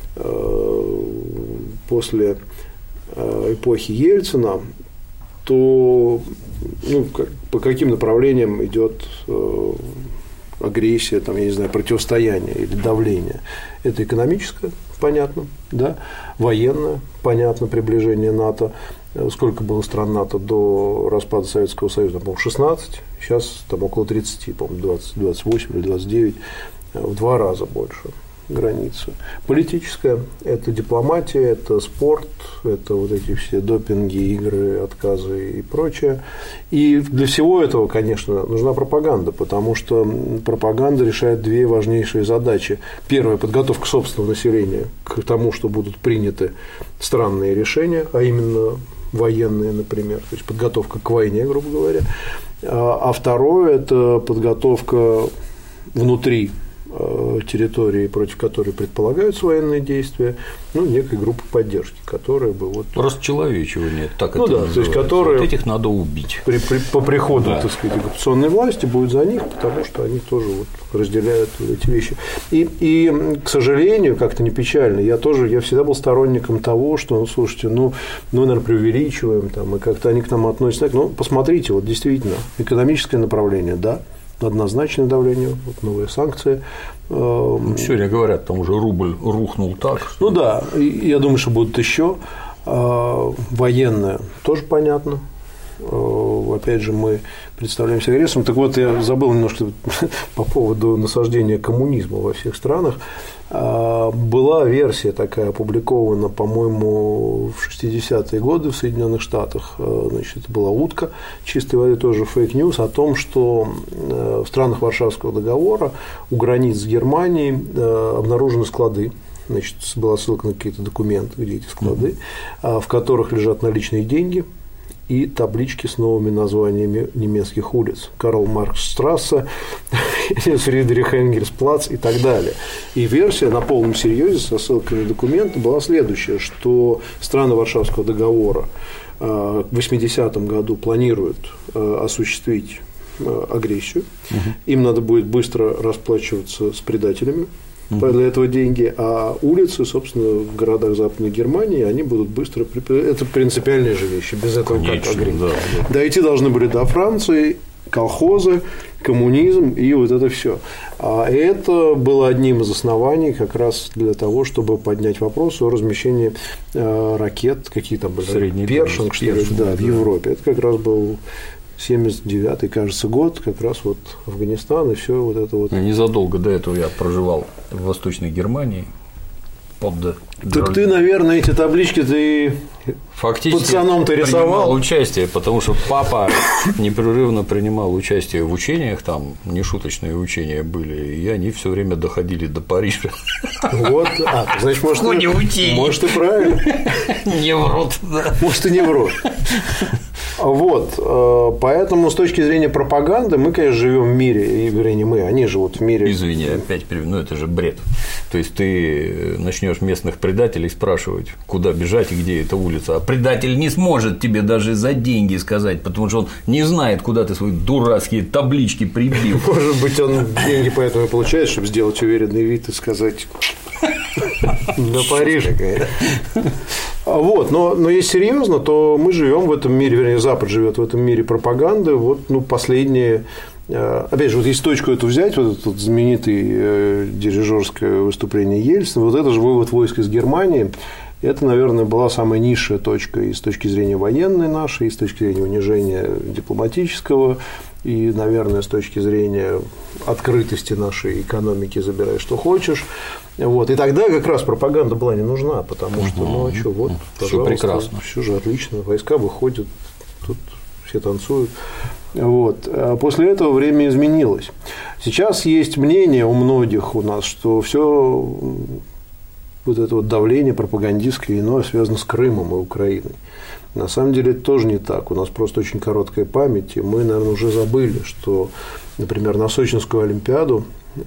после эпохи Ельцина, то ну, по каким направлениям идет агрессия, там, я не знаю, противостояние или давление. Это экономическое, понятно, да, военное, понятно, приближение НАТО. Сколько было стран НАТО до распада Советского Союза? По-моему, шестнадцать, сейчас там около тридцати, по-моему, двадцать, двадцать восемь или двадцать девять, в два раза больше границу. Политическая – это дипломатия, это спорт, это вот эти все допинги, игры, отказы и прочее. И для всего этого, конечно, нужна пропаганда, потому что пропаганда решает две важнейшие задачи. Первая – подготовка собственного населения к тому, что будут приняты странные решения, а именно военные, например, то есть подготовка к войне, грубо говоря. А второе – это подготовка внутри территории, против которой предполагаются военные действия, ну, некой группы поддержки, которая бы вот… Расчеловечивание, так ну, это да, называется. То есть, которые… Вот этих надо убить. При, при, по приходу, да. так сказать, оккупационной власти будет за них, потому что они тоже вот разделяют эти вещи. И, и, к сожалению, как-то не печально, я тоже, я всегда был сторонником того, что, ну, слушайте, ну, мы, наверное, преувеличиваем, там, и как-то они к нам относятся. Ну, посмотрите, вот действительно, экономическое направление, да, однозначное давление, вот новые санкции. Сегодня говорят, там уже рубль рухнул так. Ну да, я думаю, что будут еще. Военное тоже понятно. Опять же, мы представляемся агрессором. Так вот, я забыл немножко по поводу насаждения коммунизма во всех странах. Была версия такая опубликована, по-моему, в шестидесятые годы в Соединенных Штатах. Значит, это была утка, чистой воды тоже фейк-ньюс о том, что в странах Варшавского договора у границ с Германией обнаружены склады. Значит, была ссылка на какие-то документы, где эти склады, в которых лежат наличные деньги и таблички с новыми названиями немецких улиц. Карл Маркс Штрассе, Фридрих Энгельс Плац и так далее. И версия на полном серьезе со ссылкой на документы была следующая, что страны Варшавского договора в восьмидесятом году планируют осуществить агрессию, угу. им надо будет быстро расплачиваться с предателями, для этого деньги, а улицы, собственно, в городах Западной Германии, они будут быстро… Это принципиальные же вещи, без этого Конечно, как огреть. Да, да. Дойти должны были до Франции, колхозы, коммунизм и вот это все. А это было одним из оснований как раз для того, чтобы поднять вопрос о размещении ракет, какие там были, Средний Першинг, что ли, Першинг, да, да. в Европе. Это как раз был семьдесят девятый, кажется, год, как раз вот Афганистан и все вот это вот. Незадолго до этого я проживал в Восточной Германии. Под... Так ты, наверное, эти таблички ты Фактически пацаном ты рисовал? Принимал участие, потому что папа непрерывно принимал участие в учениях, там нешуточные учения были, и они все время доходили до Парижа. Вот, а, значит, может, и, может и правильно. Не врут, да. Может, и не врут. Вот, поэтому с точки зрения пропаганды мы, конечно, живем в мире, и, вернее, мы, они живут в мире. Извини, опять переведу, ну это же бред. То есть ты начнешь местных предателей спрашивать, куда бежать и где эта улица, а предатель не сможет тебе даже за деньги сказать, потому что он не знает, куда ты свои дурацкие таблички прибил. Может быть, он деньги поэтому и получает, чтобы сделать уверенный вид и сказать на Париже. Вот, но, но если серьезно, то мы живем в этом мире, вернее, Запад живет в этом мире пропаганды. Вот, ну, последние, опять же, вот если точку эту взять, вот это вот знаменитое дирижерское выступление Ельцина, вот это же вывод войск из Германии. Это, наверное, была самая низшая точка и с точки зрения военной нашей, и с точки зрения унижения дипломатического, и, наверное, с точки зрения открытости нашей экономики «забирай, что хочешь». Вот. И тогда как раз пропаганда была не нужна, потому что, ну, а что, вот, все прекрасно. Все же отлично, войска выходят, тут все танцуют. Вот. А после этого время изменилось. Сейчас есть мнение у многих у нас, что все вот это вот давление пропагандистское и иное связано с Крымом и Украиной. На самом деле это тоже не так. У нас просто очень короткая память, и мы, наверное, уже забыли, что, например, на Сочинскую Олимпиаду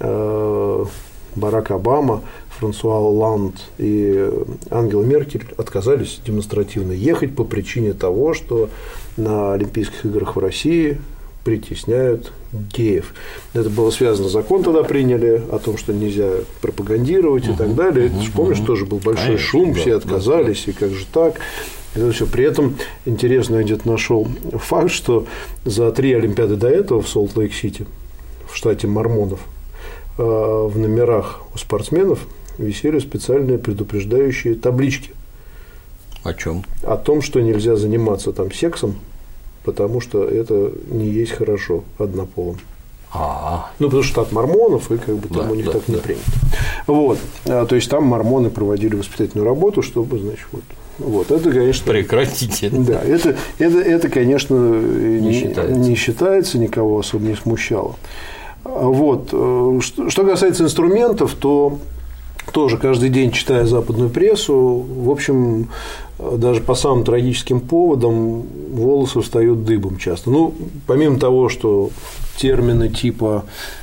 Барак Обама, Франсуа Олланд и Ангела Меркель отказались демонстративно ехать по причине того, что на Олимпийских играх в России притесняют геев. Это было связано, закон тогда приняли о том, что нельзя пропагандировать и так далее. Это, помнишь, тоже был большой Конечно, шум, да, все отказались, да, да. И как же так. Это все. При этом интересно, я где-то нашел факт, что за три Олимпиады до этого в Солт-Лейк-Сити, в штате Мормонов, в номерах у спортсменов висели специальные предупреждающие таблички. О чем? О том, что нельзя заниматься там сексом, потому что это не есть хорошо однополым. А-а-а. Ну, потому что штат мормонов, и как бы там да, у них да, так да. не принято. Вот. То есть там мормоны проводили воспитательную работу, чтобы, значит, вот. Вот, это, конечно… Прекратите. Да, это, это, это конечно, не, не, считается. не считается, никого особо не смущало. Вот. Что, что касается инструментов, то тоже каждый день, читая западную прессу, в общем, даже по самым трагическим поводам волосы встают дыбом часто. Ну, помимо того, что термины типа,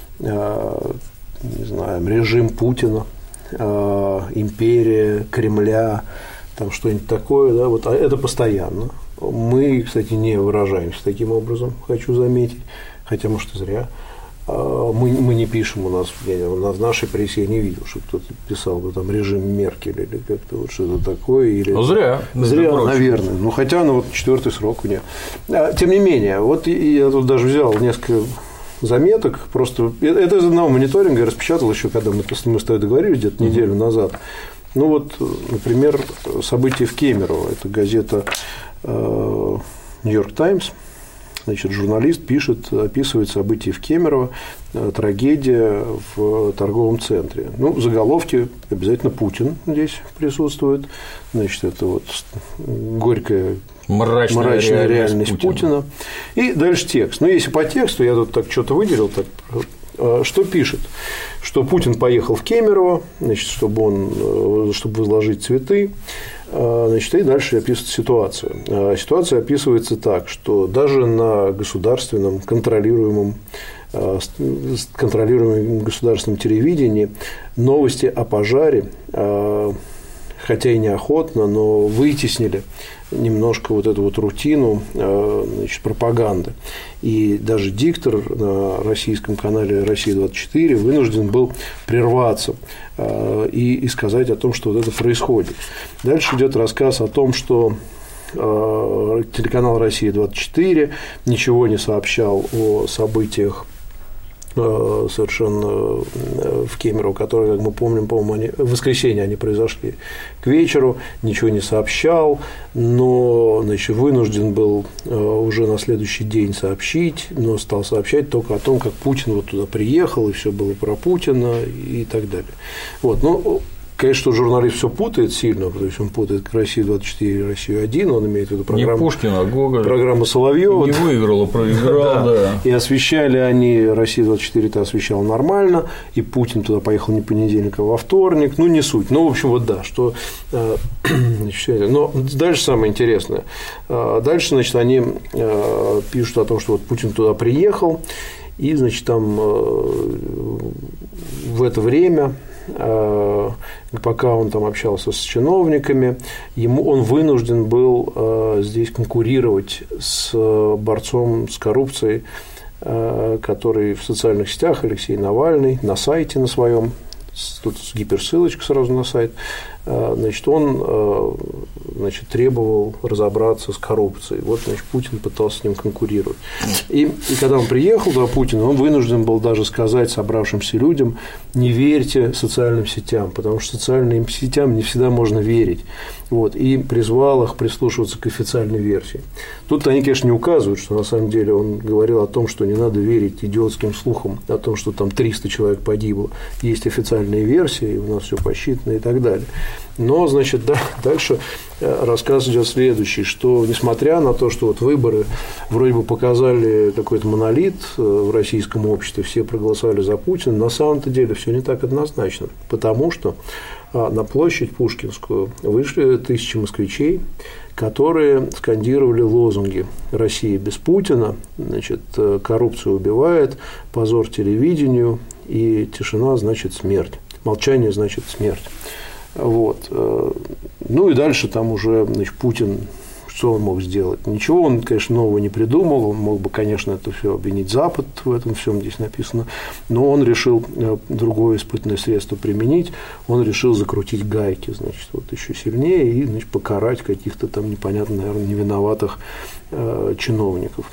не знаю, режим Путина, империя Кремля, там что-нибудь такое, да, вот это постоянно. Мы, кстати, не выражаемся таким образом, хочу заметить, хотя, может, и зря. Мы, мы не пишем, у нас, я, у нас в нашей прессе я не видел, что кто-то писал бы там режим Меркель или как-то вот что-то такое. Или… Ну, зря. Зря, наверное. Ну, хотя, ну, вот четвертый срок у нее. Тем не менее, вот я тут даже взял несколько заметок, просто это из одного мониторинга я распечатал еще, когда мы, мы с тобой договорились где-то неделю назад. Ну, вот, например, события в Кемерово. Это газета «Нью-Йорк Таймс». Значит, журналист пишет, описывает события в Кемерово, трагедия в торговом центре. Ну, заголовки обязательно Путин здесь присутствует. Значит, это вот горькая мрачная, мрачная реальность, реальность Путина. Путина. И дальше текст. Ну, если по тексту, я тут так что-то выделил, так, что пишет, что Путин поехал в Кемерово, значит, чтобы, он, чтобы возложить цветы. Значит, и дальше описывает ситуацию. Ситуация описывается так, что даже на государственном контролируемом, контролируемом государственном телевидении новости о пожаре, хотя и неохотно, но вытеснили немножко вот эту вот рутину, значит, пропаганды. И даже диктор на российском канале «Россия двадцать четыре» вынужден был прерваться и, и сказать о том, что вот это происходит. Дальше идет рассказ о том, что телеканал «Россия двадцать четыре» ничего не сообщал о событиях совершенно в Кемерово, которые, как мы помним, по-моему, они, в воскресенье они произошли к вечеру, ничего не сообщал, но, значит, вынужден был уже на следующий день сообщить, но стал сообщать только о том, как Путин вот туда приехал, и все было про Путина и так далее. Вот, ну, конечно, журналист все путает сильно, то есть он путает Россию двадцать четыре и Россию один, он имеет в виду программу, не Пушкина, а Гоголь, программу Соловьева. Не выиграла, проиграл, да. И освещали они, Россия двадцать четыре-то освещала нормально, и Путин туда поехал не понедельник, а во вторник, ну, не суть. Ну, в общем, вот да, что. Значит, но дальше самое интересное. Дальше, значит, они пишут о том, что вот Путин туда приехал, и, значит, там в это время, пока он там общался с чиновниками, ему, он вынужден был э, здесь конкурировать с борцом с коррупцией, э, который в социальных сетях, Алексей Навальный, на сайте на своем, тут гиперссылочка сразу на сайт, э, значит, он э, значит, требовал разобраться с коррупцией. Вот, значит, Путин пытался с ним конкурировать. И, и когда он приехал до Путина, он вынужден был даже сказать собравшимся людям: не верьте социальным сетям, потому что социальным сетям не всегда можно верить. Вот, и призвал их прислушиваться к официальной версии. Тут они, конечно, не указывают, что на самом деле он говорил о том, что не надо верить идиотским слухам, о том, что там триста человек погибло. Есть официальные версии, и у нас все посчитано и так далее. Но, значит, да, дальше рассказ идет следующий, что несмотря на то, что вот выборы вроде бы показали какой-то монолит в российском обществе, все проголосовали за Путина, на самом-то деле все не так однозначно, потому что на площадь Пушкинскую вышли тысячи москвичей, которые скандировали лозунги: «Россия без Путина», значит, «Коррупция убивает», «Позор телевидению» и «Тишина значит смерть», «Молчание значит смерть». Вот. Ну и дальше там уже, значит, Путин, что он мог сделать? Ничего он, конечно, нового не придумал, он мог бы, конечно, это все обвинить Запад в этом всем, здесь написано, но он решил другое испытанное средство применить, он решил закрутить гайки, значит, вот еще сильнее и, значит, покарать каких-то там непонятно, наверное, невиноватых э, чиновников.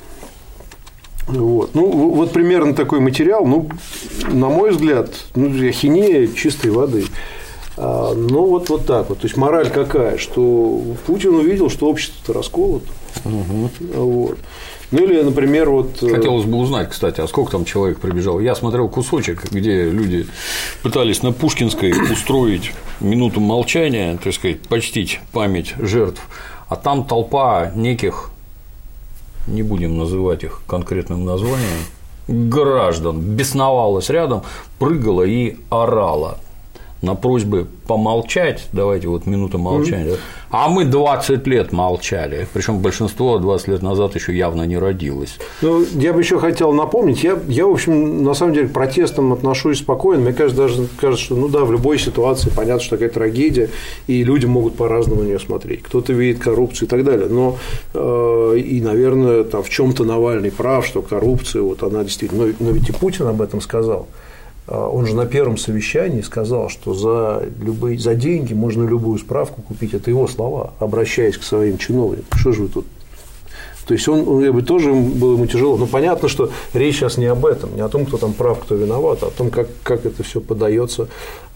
Вот. Ну, вот примерно такой материал, ну, на мой взгляд, ну, ахинея чистой воды. Ну, вот, вот так вот. То есть мораль какая? Что Путин увидел, что общество-то расколото. Угу. Вот. Ну, или, например, вот. Хотелось бы узнать, кстати, а сколько там человек прибежал? Я смотрел кусочек, где люди пытались на Пушкинской устроить минуту молчания, так сказать, почтить память жертв, а там толпа неких, не будем называть их конкретным названием, граждан бесновалась рядом, прыгала и орала на просьбы помолчать, давайте вот минута молчания, mm-hmm. а мы двадцать лет молчали, причем большинство двадцать лет назад еще явно не родилось. Ну, я бы еще хотел напомнить, я, я, в общем, на самом деле к протестам отношусь спокойно, мне кажется, даже кажется, что, ну да, в любой ситуации понятно, что такая трагедия, и люди могут по-разному на нее смотреть, кто-то видит коррупцию и так далее, но, э, и, наверное, там в чем-то Навальный прав, что коррупция, вот она действительно, но, но ведь и Путин об этом сказал. Он же на первом совещании сказал, что за, любые, за деньги можно любую справку купить. Это его слова, обращаясь к своим чиновникам. Что же вы тут? То есть, он, он тоже было ему тяжело. Но понятно, что речь сейчас не об этом, не о том, кто там прав, кто виноват, а о том, как, как это все подается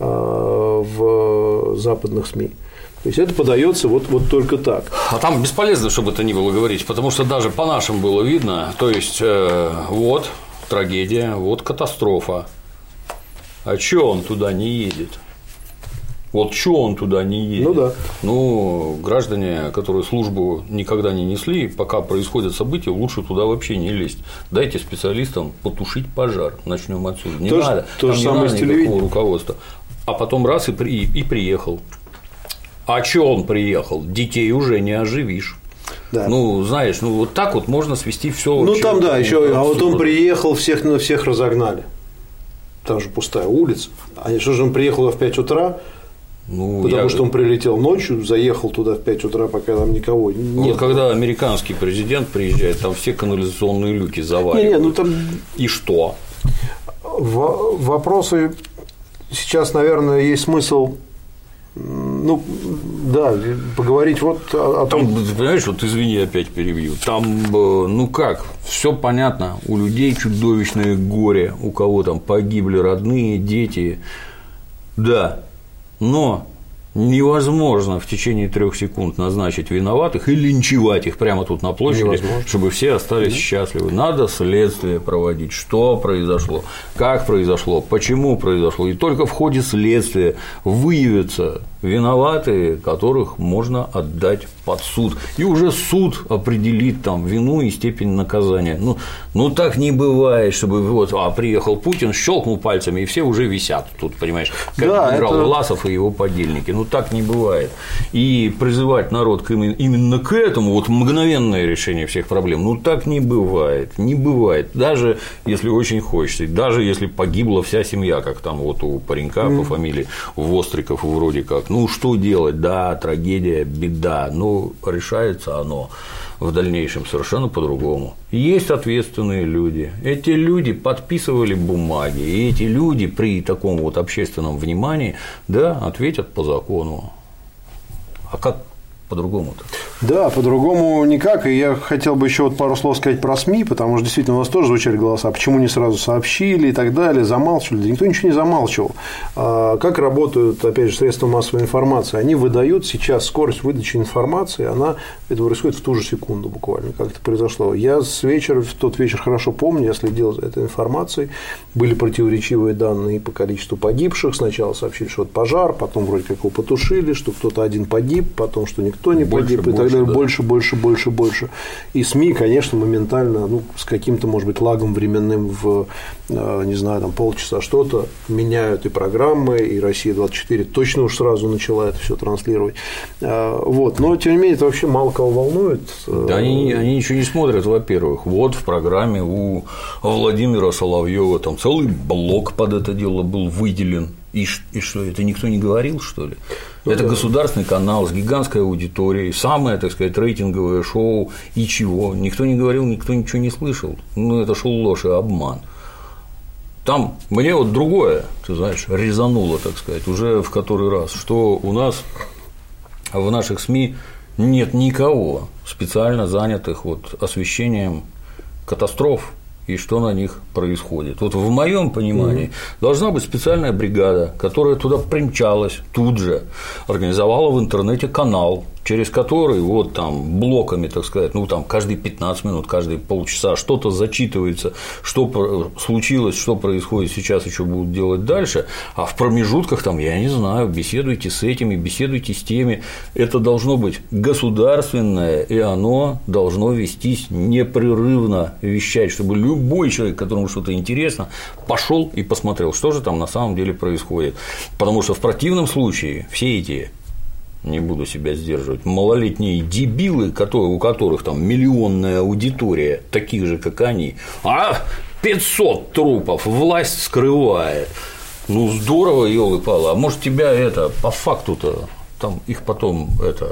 в западных СМИ. То есть, это подается вот, вот только так. А там бесполезно, чтобы это ни было говорить, потому что даже по нашим было видно, то есть, э, вот трагедия, вот катастрофа. А чё он туда не едет? Вот чё он туда не едет? Ну да. Ну, граждане, которые службу никогда не несли, пока происходят события, лучше туда вообще не лезть. Дайте специалистам потушить пожар. Начнем отсюда. Не то надо, то там же не самое надо никакого руководства. А потом раз и, при, и приехал. А чё он приехал? Детей уже не оживишь. Да. Ну, знаешь, ну вот так вот можно свести все. Ну там да, еще, а вот он приехал, всех на всех разогнали. Там же пустая улица. А что же он приехал в пять утра, Ну, Потому я... что он прилетел ночью, заехал туда в пять утра, пока там никого нет. Вот когда американский президент приезжает, там все канализационные люки заваливают. Не, не, ну там... И что? В... Вопросы сейчас, наверное, есть смысл. Ну, да, поговорить вот о, о том… Там, понимаешь, вот извини, опять перебью. Там, ну как, все понятно, у людей чудовищное горе, у кого там погибли родные, дети. Да, но невозможно в течение трех секунд назначить виноватых и линчевать их прямо тут на площади, невозможно. Чтобы все остались mm-hmm. счастливы. Надо следствие проводить, что произошло, как произошло, почему произошло. И только в ходе следствия выявятся виноватые, которых можно отдать под суд. И уже суд определит там вину и степень наказания. Ну, ну так не бывает, чтобы вот, а, приехал Путин, щелкнул пальцами, и все уже висят тут, понимаешь, как да, генерал это... Власов и его подельники. Ну так не бывает. И призывать народ к именно, именно к этому, вот мгновенное решение всех проблем, ну так не бывает. Не бывает. Даже если очень хочется, даже если погибла вся семья, как там вот у паренька mm. по фамилии Востриков вроде как. Ну, что делать? Да, трагедия, беда, но решается оно в дальнейшем совершенно по-другому. Есть ответственные люди. Эти люди подписывали бумаги, и эти люди при таком вот общественном внимании, да, ответят по закону. А как по-другому-то? Да, по-другому никак. И я хотел бы еще вот пару слов сказать про СМИ, потому что действительно у нас тоже звучали голоса, почему не сразу сообщили и так далее, замалчивали. Да никто ничего не замалчивал. А как работают, опять же, средства массовой информации? Они выдают сейчас скорость выдачи информации, она, это происходит в ту же секунду буквально, как это произошло. Я с вечера, в тот вечер хорошо помню, я следил за этой информацией, были противоречивые данные по количеству погибших. Сначала сообщили, что это пожар, потом вроде как его потушили, что кто-то один погиб, потом, что никто не больше, погиб, и так далее, да. больше, больше, больше, больше. И СМИ, конечно, моментально, ну, с каким-то, может быть, лагом временным в, не знаю, там, полчаса что-то, меняют и программы, и Россия двадцать четыре точно уж сразу начала это все транслировать. Вот. Но, тем не менее, это вообще мало кого волнует. Да, они, они ничего не смотрят, во-первых. Вот в программе у Владимира Соловьева там целый блок под это дело был выделен. И, и что, это никто не говорил, что ли? Ну, это да. Государственный канал с гигантской аудиторией, самое, так сказать, рейтинговое шоу, и чего? Никто не говорил, никто ничего не слышал. Ну, это шел ложь и обман. Там мне вот другое, ты знаешь, резануло, так сказать, уже в который раз, что у нас в наших СМИ нет никого специально занятых вот освещением катастроф и что на них происходит. Вот в моем понимании mm-hmm. должна быть специальная бригада, которая туда примчалась тут же, организовала в интернете канал, через который вот там блоками, так сказать, ну там каждые пятнадцать минут, каждые полчаса что-то зачитывается, что случилось, что происходит сейчас, и что будут делать дальше, а в промежутках там, я не знаю, беседуйте с этими, беседуйте с теми. Это должно быть государственное, и оно должно вестись непрерывно, вещать, чтобы любой человек, которому что-то интересно, пошел и посмотрел, что же там на самом деле происходит. Потому что в противном случае все эти, не буду себя сдерживать, малолетние дебилы, которые, у которых там миллионная аудитория, таких же, как они, а пятьсот трупов власть скрывает. Ну, здорово, ёлы-палы, а может, тебя это, по факту-то, там их потом, это,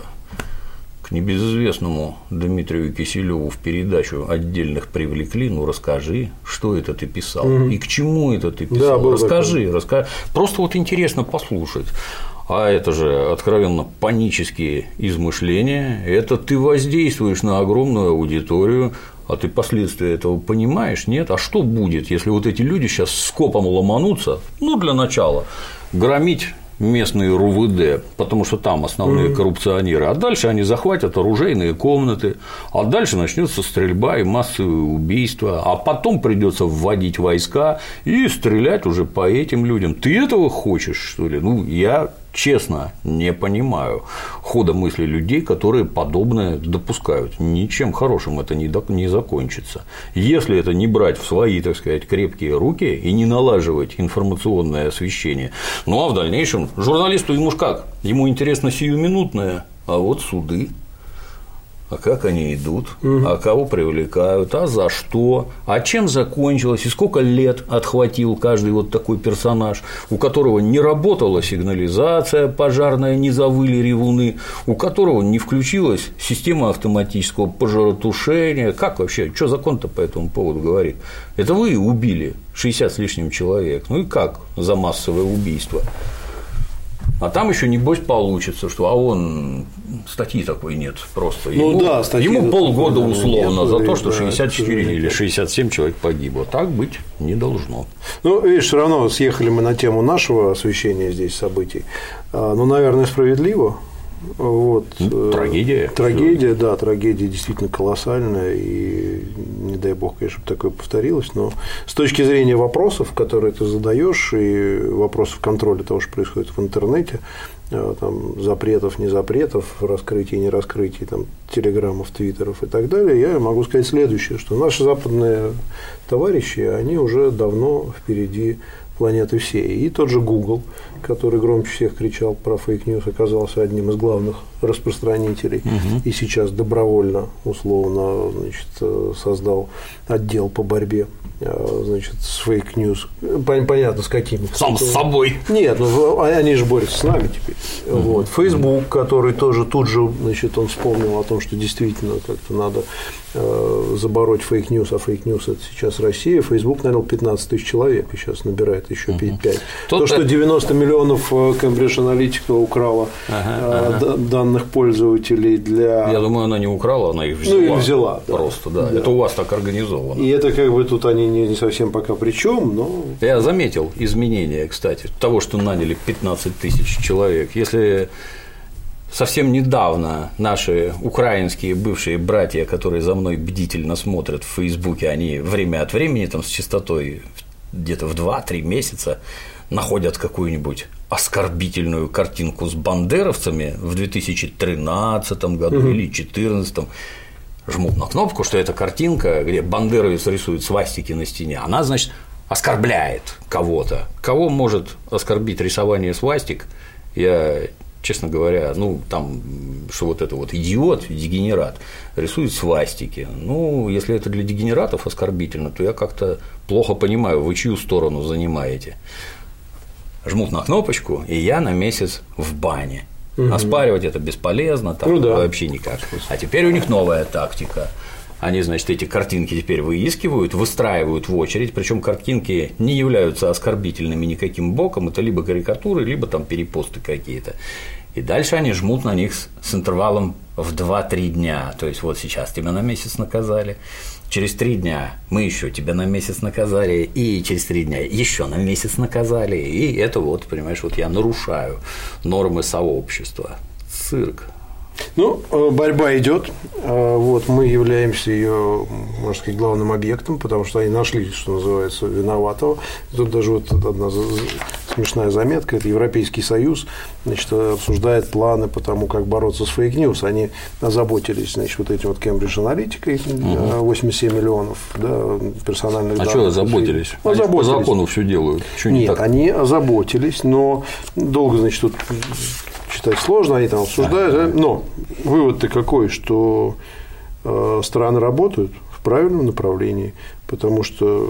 к небезызвестному Дмитрию Киселеву в передачу отдельных привлекли, ну, расскажи, что это ты писал, угу. и к чему это ты писал, да, расскажи, расскажи, просто вот интересно послушать. А это же откровенно панические измышления, это ты воздействуешь на огромную аудиторию, а ты последствия этого понимаешь, нет? А что будет, если вот эти люди сейчас скопом ломанутся, ну, для начала, громить местные РУВД, потому что там основные mm-hmm. коррупционеры, а дальше они захватят оружейные комнаты, а дальше начнется стрельба и массовые убийства, а потом придется вводить войска и стрелять уже по этим людям. Ты этого хочешь, что ли? Ну, я честно не понимаю хода мысли людей, которые подобное допускают. Ничем хорошим это не, до... не закончится. Если это не брать в свои, так сказать, крепкие руки и не налаживать информационное освещение, ну а в дальнейшем журналисту ему ж как? Ему интересно сиюминутное, а вот суды. а как они идут, угу. а кого привлекают, а за что, а чем закончилось, и сколько лет отхватил каждый вот такой персонаж, у которого не работала сигнализация пожарная, не завыли ревуны, у которого не включилась система автоматического пожаротушения. Как вообще, что закон-то по этому поводу говорит? Это вы убили шестьдесят с лишним человек, ну и как за массовое убийство? А там еще, небось, получится, что а он статьи такой нет просто. Ну, ему да, ему полгода условно нет, за то, что шестьдесят четыре да, или шестьдесят семь человек погибло. Так быть не должно. Ну, видишь, все равно съехали мы на тему нашего освещения здесь событий. Ну, наверное, справедливо. Вот. Трагедия. Трагедия, да, трагедия действительно колоссальная, и не дай бог, конечно, чтобы такое повторилось, но с точки зрения вопросов, которые ты задаешь, и вопросов контроля того, что происходит в интернете, там, запретов, не запретов, раскрытий, не раскрытий, там, телеграммов, твиттеров и так далее, я могу сказать следующее, что наши западные товарищи, они уже давно впереди планеты всей. И тот же Google, который громче всех кричал про фейк-ньюс, оказался одним из главных распространителей, угу. и сейчас добровольно, условно, значит, создал отдел по борьбе, значит, с фейк-ньюс. Понятно, с какими. Сам с собой. Нет, ну, они же борются с нами теперь. Угу. Вот. Facebook, который тоже тут же, значит, он вспомнил о том, что действительно как-то надо забороть фейк-ньюс, а фейк-ньюс – это сейчас Россия. Facebook, наверное, пятнадцать тысяч человек, и сейчас набирает еще пять. Угу. То, что девяносто миллионов Cambridge Analytica украла ага, ага. данных пользователей для… Я думаю, она не украла, она их взяла. Ну, их взяла. Просто, да. да. Это у вас так организовано. И это как бы тут они не совсем пока при чем, но… Я заметил изменения, кстати, того, что наняли пятнадцать тысяч человек. Если… Совсем недавно наши украинские бывшие братья, которые за мной бдительно смотрят в Фейсбуке, они время от времени там с частотой где-то в два-три месяца находят какую-нибудь оскорбительную картинку с бандеровцами в две тысячи тринадцатом году угу. или две тысячи четырнадцатом, жмут на кнопку, что эта картинка, где бандеровец рисует свастики на стене, она, значит, оскорбляет кого-то. Кого может оскорбить рисование свастик? Я… Честно говоря, ну, там, что вот это вот идиот, дегенерат, рисует свастики. Ну, если это для дегенератов оскорбительно, то я как-то плохо понимаю, вы чью сторону занимаете. Жмут на кнопочку, и я на месяц в бане. Угу. Оспаривать это бесполезно, там ну, да. вообще никак. А теперь у них новая тактика. Они, значит, эти картинки теперь выискивают, выстраивают в очередь, причем картинки не являются оскорбительными никаким боком, это либо карикатуры, либо там перепосты какие-то. И дальше они жмут на них с интервалом в два-три дня. То есть вот сейчас тебя на месяц наказали, через три дня мы еще тебя на месяц наказали, и через три дня еще на месяц наказали. И это вот, понимаешь, вот я нарушаю нормы сообщества. Цирк. Ну, борьба идет. Вот, мы являемся ее, можно сказать, главным объектом, потому что они нашли, что называется, виноватого. Тут даже вот одна смешная заметка: это Европейский Союз, значит, обсуждает планы по тому, как бороться с фейк-ньюс. Они озаботились, значит, вот этим вот Cambridge Analytica, восемьдесят семь миллионов да, персональных а данных. А что озаботились? Они по закону все делают. Что Нет, не так? Они озаботились, но долго, значит, тут читать сложно, они там обсуждают, да? Но вывод-то какой, что э, страны работают в правильном направлении, потому что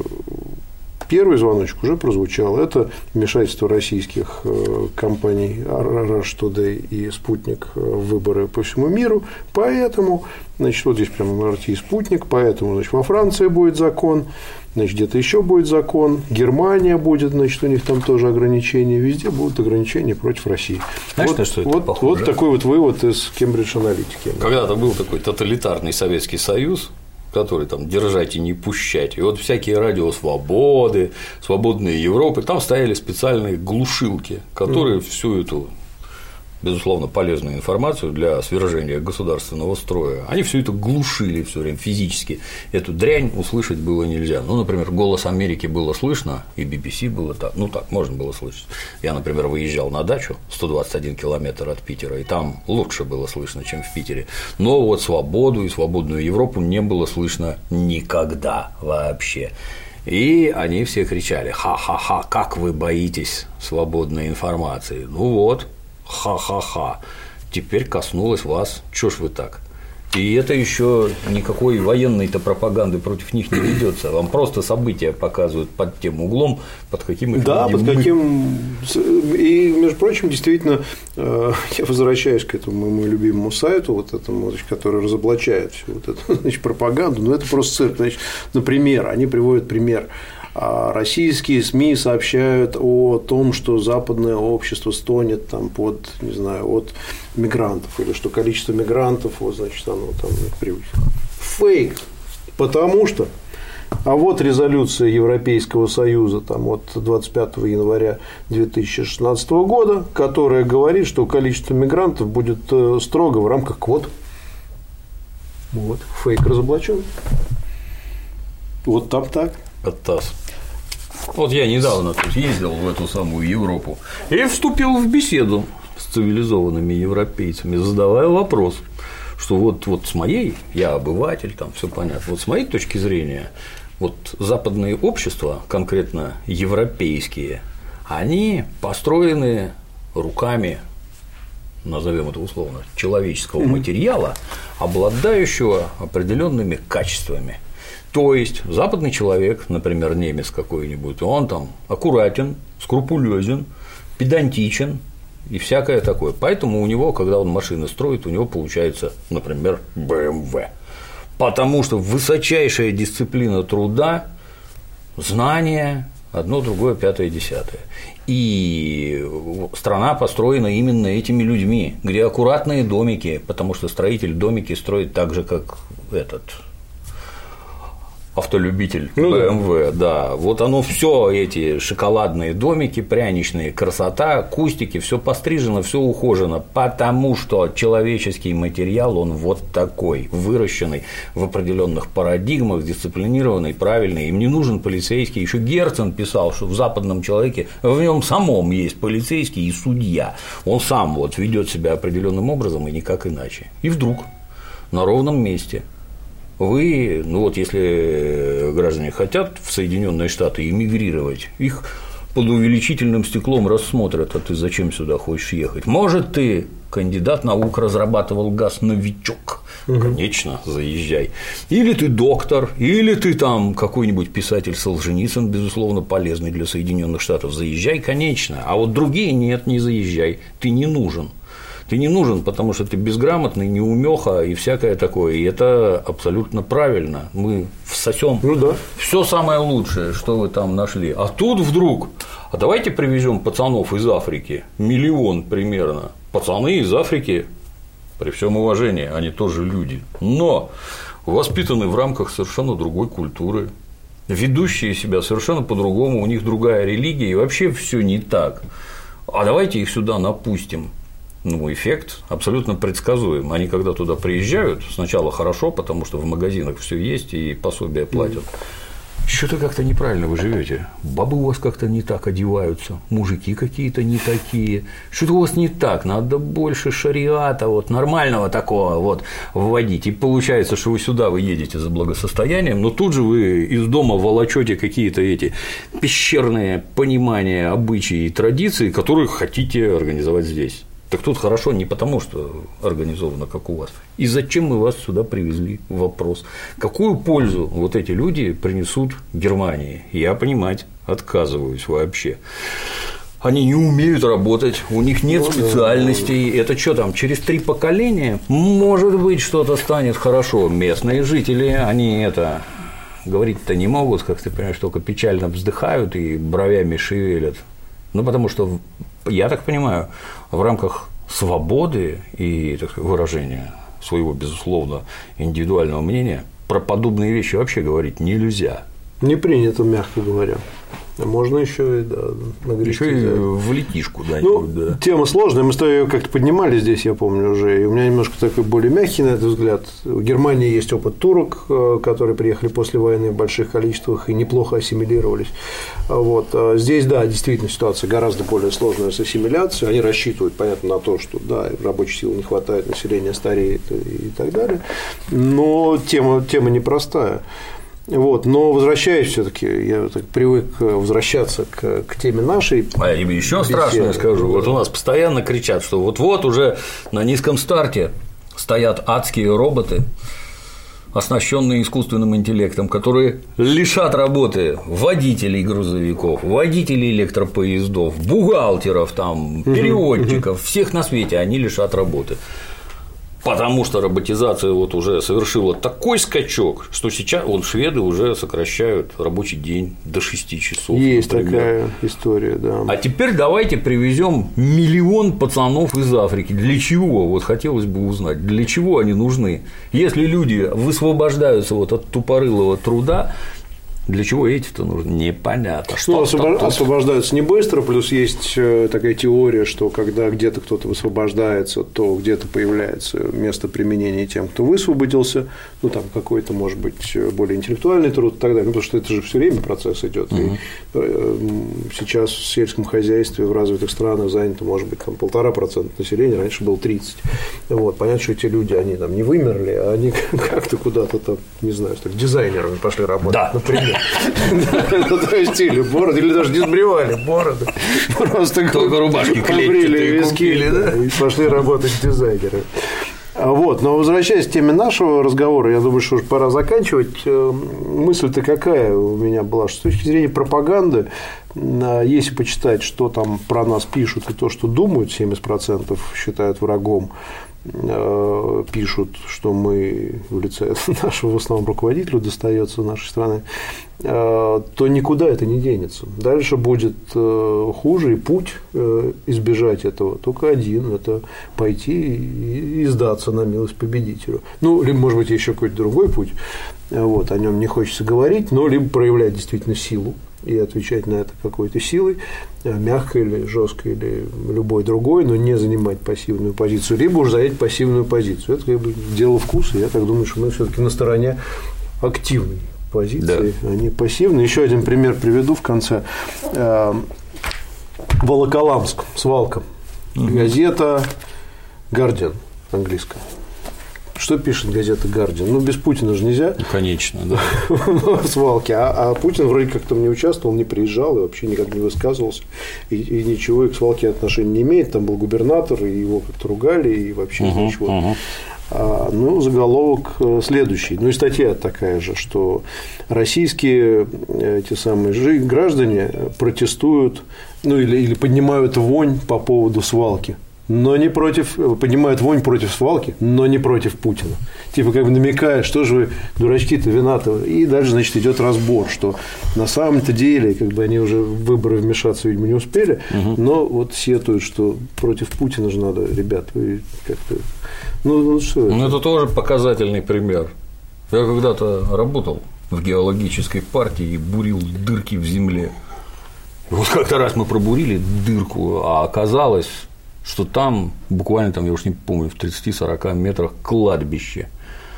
первый звоночек уже прозвучал, это вмешательство российских э, компаний Rush Today и Спутник в выборы по всему миру, поэтому, значит, вот здесь прямо эр ти и Спутник, поэтому, значит, во Франции будет закон, значит, где-то еще будет закон, Германия будет, значит, у них там тоже ограничения, везде будут ограничения против России. Знаешь, вот, что это вот, похоже? Вот такой вот вывод из Cambridge Analytica. Когда-то был такой тоталитарный Советский Союз, который там держать и не пущать. И вот всякие радио свободы, свободные Европы, там стояли специальные глушилки, которые mm. всю эту, безусловно, полезную информацию для свержения государственного строя, они все это глушили все время физически. Эту дрянь услышать было нельзя. Ну, например, «Голос Америки» было слышно, и би би си было так, ну так, можно было слышать. Я, например, выезжал на дачу сто двадцать один километр от Питера, и там лучше было слышно, чем в Питере. Но вот «Свободу» и «Свободную Европу» не было слышно никогда вообще. И они все кричали: ха-ха-ха, как вы боитесь свободной информации. Ну вот, ха-ха-ха, теперь коснулось вас, чё ж вы так? И это еще никакой военной-то пропаганды против них не ведется. Вам просто события показывают под тем углом, под каким их Да, под мы... каким. И, между прочим, действительно, я возвращаюсь к этому моему любимому сайту, вот этому, значит, который разоблачает всю вот эту, значит, пропаганду. Но это просто цирк. Значит, например, они приводят пример. Российские СМИ сообщают о том, что западное общество стонет там под, не знаю, от мигрантов, или что количество мигрантов, вот, значит, оно там привычно. Фейк, потому что, а вот резолюция Европейского Союза там, от двадцать пятого января две тысячи шестнадцатого года, которая говорит, что количество мигрантов будет строго в рамках квот. Вот, фейк разоблачен. Вот там так. От ТАСС. Вот я недавно тут ездил в эту самую Европу и вступил в беседу с цивилизованными европейцами, задавая вопрос, что вот, вот с моей, я обыватель, там все понятно, вот с моей точки зрения, вот западные общества, конкретно европейские, они построены руками, назовем это условно, человеческого материала, обладающего определенными качествами. То есть западный человек, например, немец какой-нибудь, он там аккуратен, скрупулезен, педантичен и всякое такое. Поэтому у него, когда он машины строит, у него получается, например, бэ эм вэ. Потому что высочайшая дисциплина труда, знания, одно, другое, пятое, десятое. И страна построена именно этими людьми, где аккуратные домики, потому что строитель домики строит так же, как этот автолюбитель ну, бэ эм вэ, да. да, вот оно все эти шоколадные домики, пряничные, красота, кустики, все пострижено, все ухожено, потому что человеческий материал, он вот такой, выращенный в определенных парадигмах, дисциплинированный, правильный, им не нужен полицейский. Еще Герцен писал, что в западном человеке в нем самом есть полицейский и судья, он сам вот ведет себя определенным образом и никак иначе. И вдруг на ровном месте вы, ну вот если граждане хотят в Соединенные Штаты эмигрировать, их под увеличительным стеклом рассмотрят, а ты зачем сюда хочешь ехать? Может, ты кандидат наук, разрабатывал газ, новичок, угу. Конечно, заезжай. Или ты доктор, или ты там какой-нибудь писатель Солженицын, безусловно, полезный для Соединенных Штатов, заезжай, конечно, а вот другие нет, не заезжай, ты не нужен. Ты не нужен, потому что ты безграмотный, неумеха и всякое такое. И это абсолютно правильно. Мы всосем ну, да. все самое лучшее, что вы там нашли. А тут вдруг, а давайте привезем пацанов из Африки, миллион примерно. Пацаны из Африки, при всем уважении, они тоже люди, но воспитаны в рамках совершенно другой культуры, ведущие себя совершенно по-другому, у них другая религия, и вообще все не так. А давайте их сюда напустим. Ну, эффект абсолютно предсказуем. Они, когда туда приезжают, сначала хорошо, потому что в магазинах все есть и пособия платят. Что-то как-то неправильно вы живете. Бабы у вас как-то не так одеваются, мужики какие-то не такие. Что-то у вас не так. Надо больше шариата, вот нормального такого вот вводить. И получается, что вы сюда вы едете за благосостоянием, но тут же вы из дома волочете какие-то эти пещерные понимания, обычаи и традиции, которые хотите организовать здесь. Так тут хорошо не потому, что организовано, как у вас. И зачем мы вас сюда привезли? Вопрос. Какую пользу вот эти люди принесут Германии? Я понимать отказываюсь вообще. Они не умеют работать, у них нет ну, специальностей. Да, да. Это что там, через три поколения? Может быть, что-то станет хорошо. Местные жители, они это говорить-то не могут, как ты понимаешь, только печально вздыхают и бровями шевелят. Ну, потому что, я так понимаю, в рамках свободы и так сказать, выражения своего, безусловно, индивидуального мнения про подобные вещи вообще говорить нельзя. Не принято, мягко говоря. Можно еще и да, нагрести. Еще и в летишку, да. Ну, да. Тема сложная, мы с тобой ее как-то поднимали здесь, я помню уже, и у меня немножко такой более мягкий на этот взгляд. У Германии есть опыт турок, которые приехали после войны в больших количествах и неплохо ассимилировались. Вот. Здесь, да, действительно ситуация гораздо более сложная с ассимиляцией. Они рассчитывают, понятно, на то, что да, рабочей силы не хватает, население стареет и так далее. Но тема, тема непростая. Вот, но возвращаясь все-таки, я так привык возвращаться к, к теме нашей. А я тебе еще страшное скажу. Вот у нас постоянно кричат, что вот-вот уже на низком старте стоят адские роботы, оснащенные искусственным интеллектом, которые лишат работы водителей грузовиков, водителей электропоездов, бухгалтеров, там, переводчиков, всех на свете они лишат работы. Потому что роботизация вот уже совершила такой скачок, что сейчас вон шведы уже сокращают рабочий день до шести часов. Есть например. такая история, да. А теперь давайте привезем миллион пацанов из Африки. Для чего? Вот хотелось бы узнать, для чего они нужны? Если люди высвобождаются вот от тупорылого труда, для чего эти-то нужны? Непонятно. Что, ну, что, освобож... что... освобождаются не быстро, плюс есть такая теория, что когда где-то кто-то высвобождается, то где-то появляется место применения тем, кто высвободился, ну там какой-то, может быть, более интеллектуальный труд и так далее, ну, потому что это же все время процесс идет. Угу. И сейчас в сельском хозяйстве в развитых странах занято, может быть, там полтора процента населения, раньше было тридцать. Вот. Понятно, что эти люди, они там не вымерли, а они как-то куда-то там, не знаю, так, дизайнерами пошли работать, да. Например. Отрастили бороды, или даже не сбривали бороды. Просто только рубашки побрили виски, да, и пошли работать дизайнерами. Вот, но возвращаясь к теме нашего разговора, я думаю, что уже пора заканчивать. Мысль-то какая у меня была, что с точки зрения пропаганды, если почитать, что там про нас пишут и то, что думают, семьдесят процентов считают врагом, пишут, что мы в лице нашего в основном руководителя достается нашей страны, то никуда это не денется. Дальше будет хуже, и путь избежать этого только один – это пойти и сдаться на милость победителю. Ну, либо, может быть, еще какой-то другой путь, вот, о нем не хочется говорить, но либо проявлять действительно силу и отвечать на это какой-то силой, мягкой или жесткой, или любой другой, но не занимать пассивную позицию, либо уж занять пассивную позицию. Это как бы дело вкуса. Я так думаю, что мы все-таки на стороне активной позиции, да. А не пассивной. Еще один пример приведу в конце. Волоколамск, свалка. Угу. Газета «Гардиан» английская. Что пишет газета «Гардиан»? Ну, без Путина же нельзя. Конечно, да. В свалке. А, а Путин вроде как там не участвовал, не приезжал и вообще никак не высказывался. И, и ничего и к свалке отношения не имеет. Там был губернатор, и его как-то ругали, и вообще uh-huh, ничего. Uh-huh. А, ну, заголовок следующий. Ну, и статья такая же, что российские эти самые граждане протестуют, ну, или, или поднимают вонь по поводу свалки. Но не против, поднимают вонь против свалки, но не против Путина. Типа как бы намекая, что же вы, дурачки-то, виноваты. И дальше, значит, идет разбор, что на самом-то деле, как бы они уже в выборы вмешаться, видимо, не успели, угу. но вот сетуют, что против Путина же надо, ребят, вы как-то. Ну, ну что это? Ну, это тоже показательный пример. Я когда-то работал в геологической партии и бурил дырки в земле. И вот как-то раз мы пробурили дырку, а оказалось, что там буквально, там, я уж не помню, в тридцати-сорока метрах кладбище.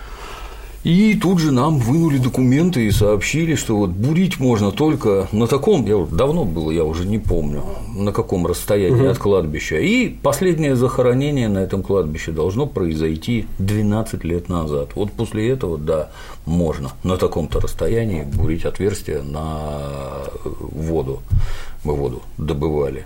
И тут же нам вынули документы и сообщили, что вот бурить можно только на таком, я давно было, я уже не помню, на каком расстоянии угу. от кладбища. И последнее захоронение на этом кладбище должно произойти двенадцать лет назад. Вот после этого, да, можно на таком-то расстоянии бурить отверстие на воду. Мы воду добывали.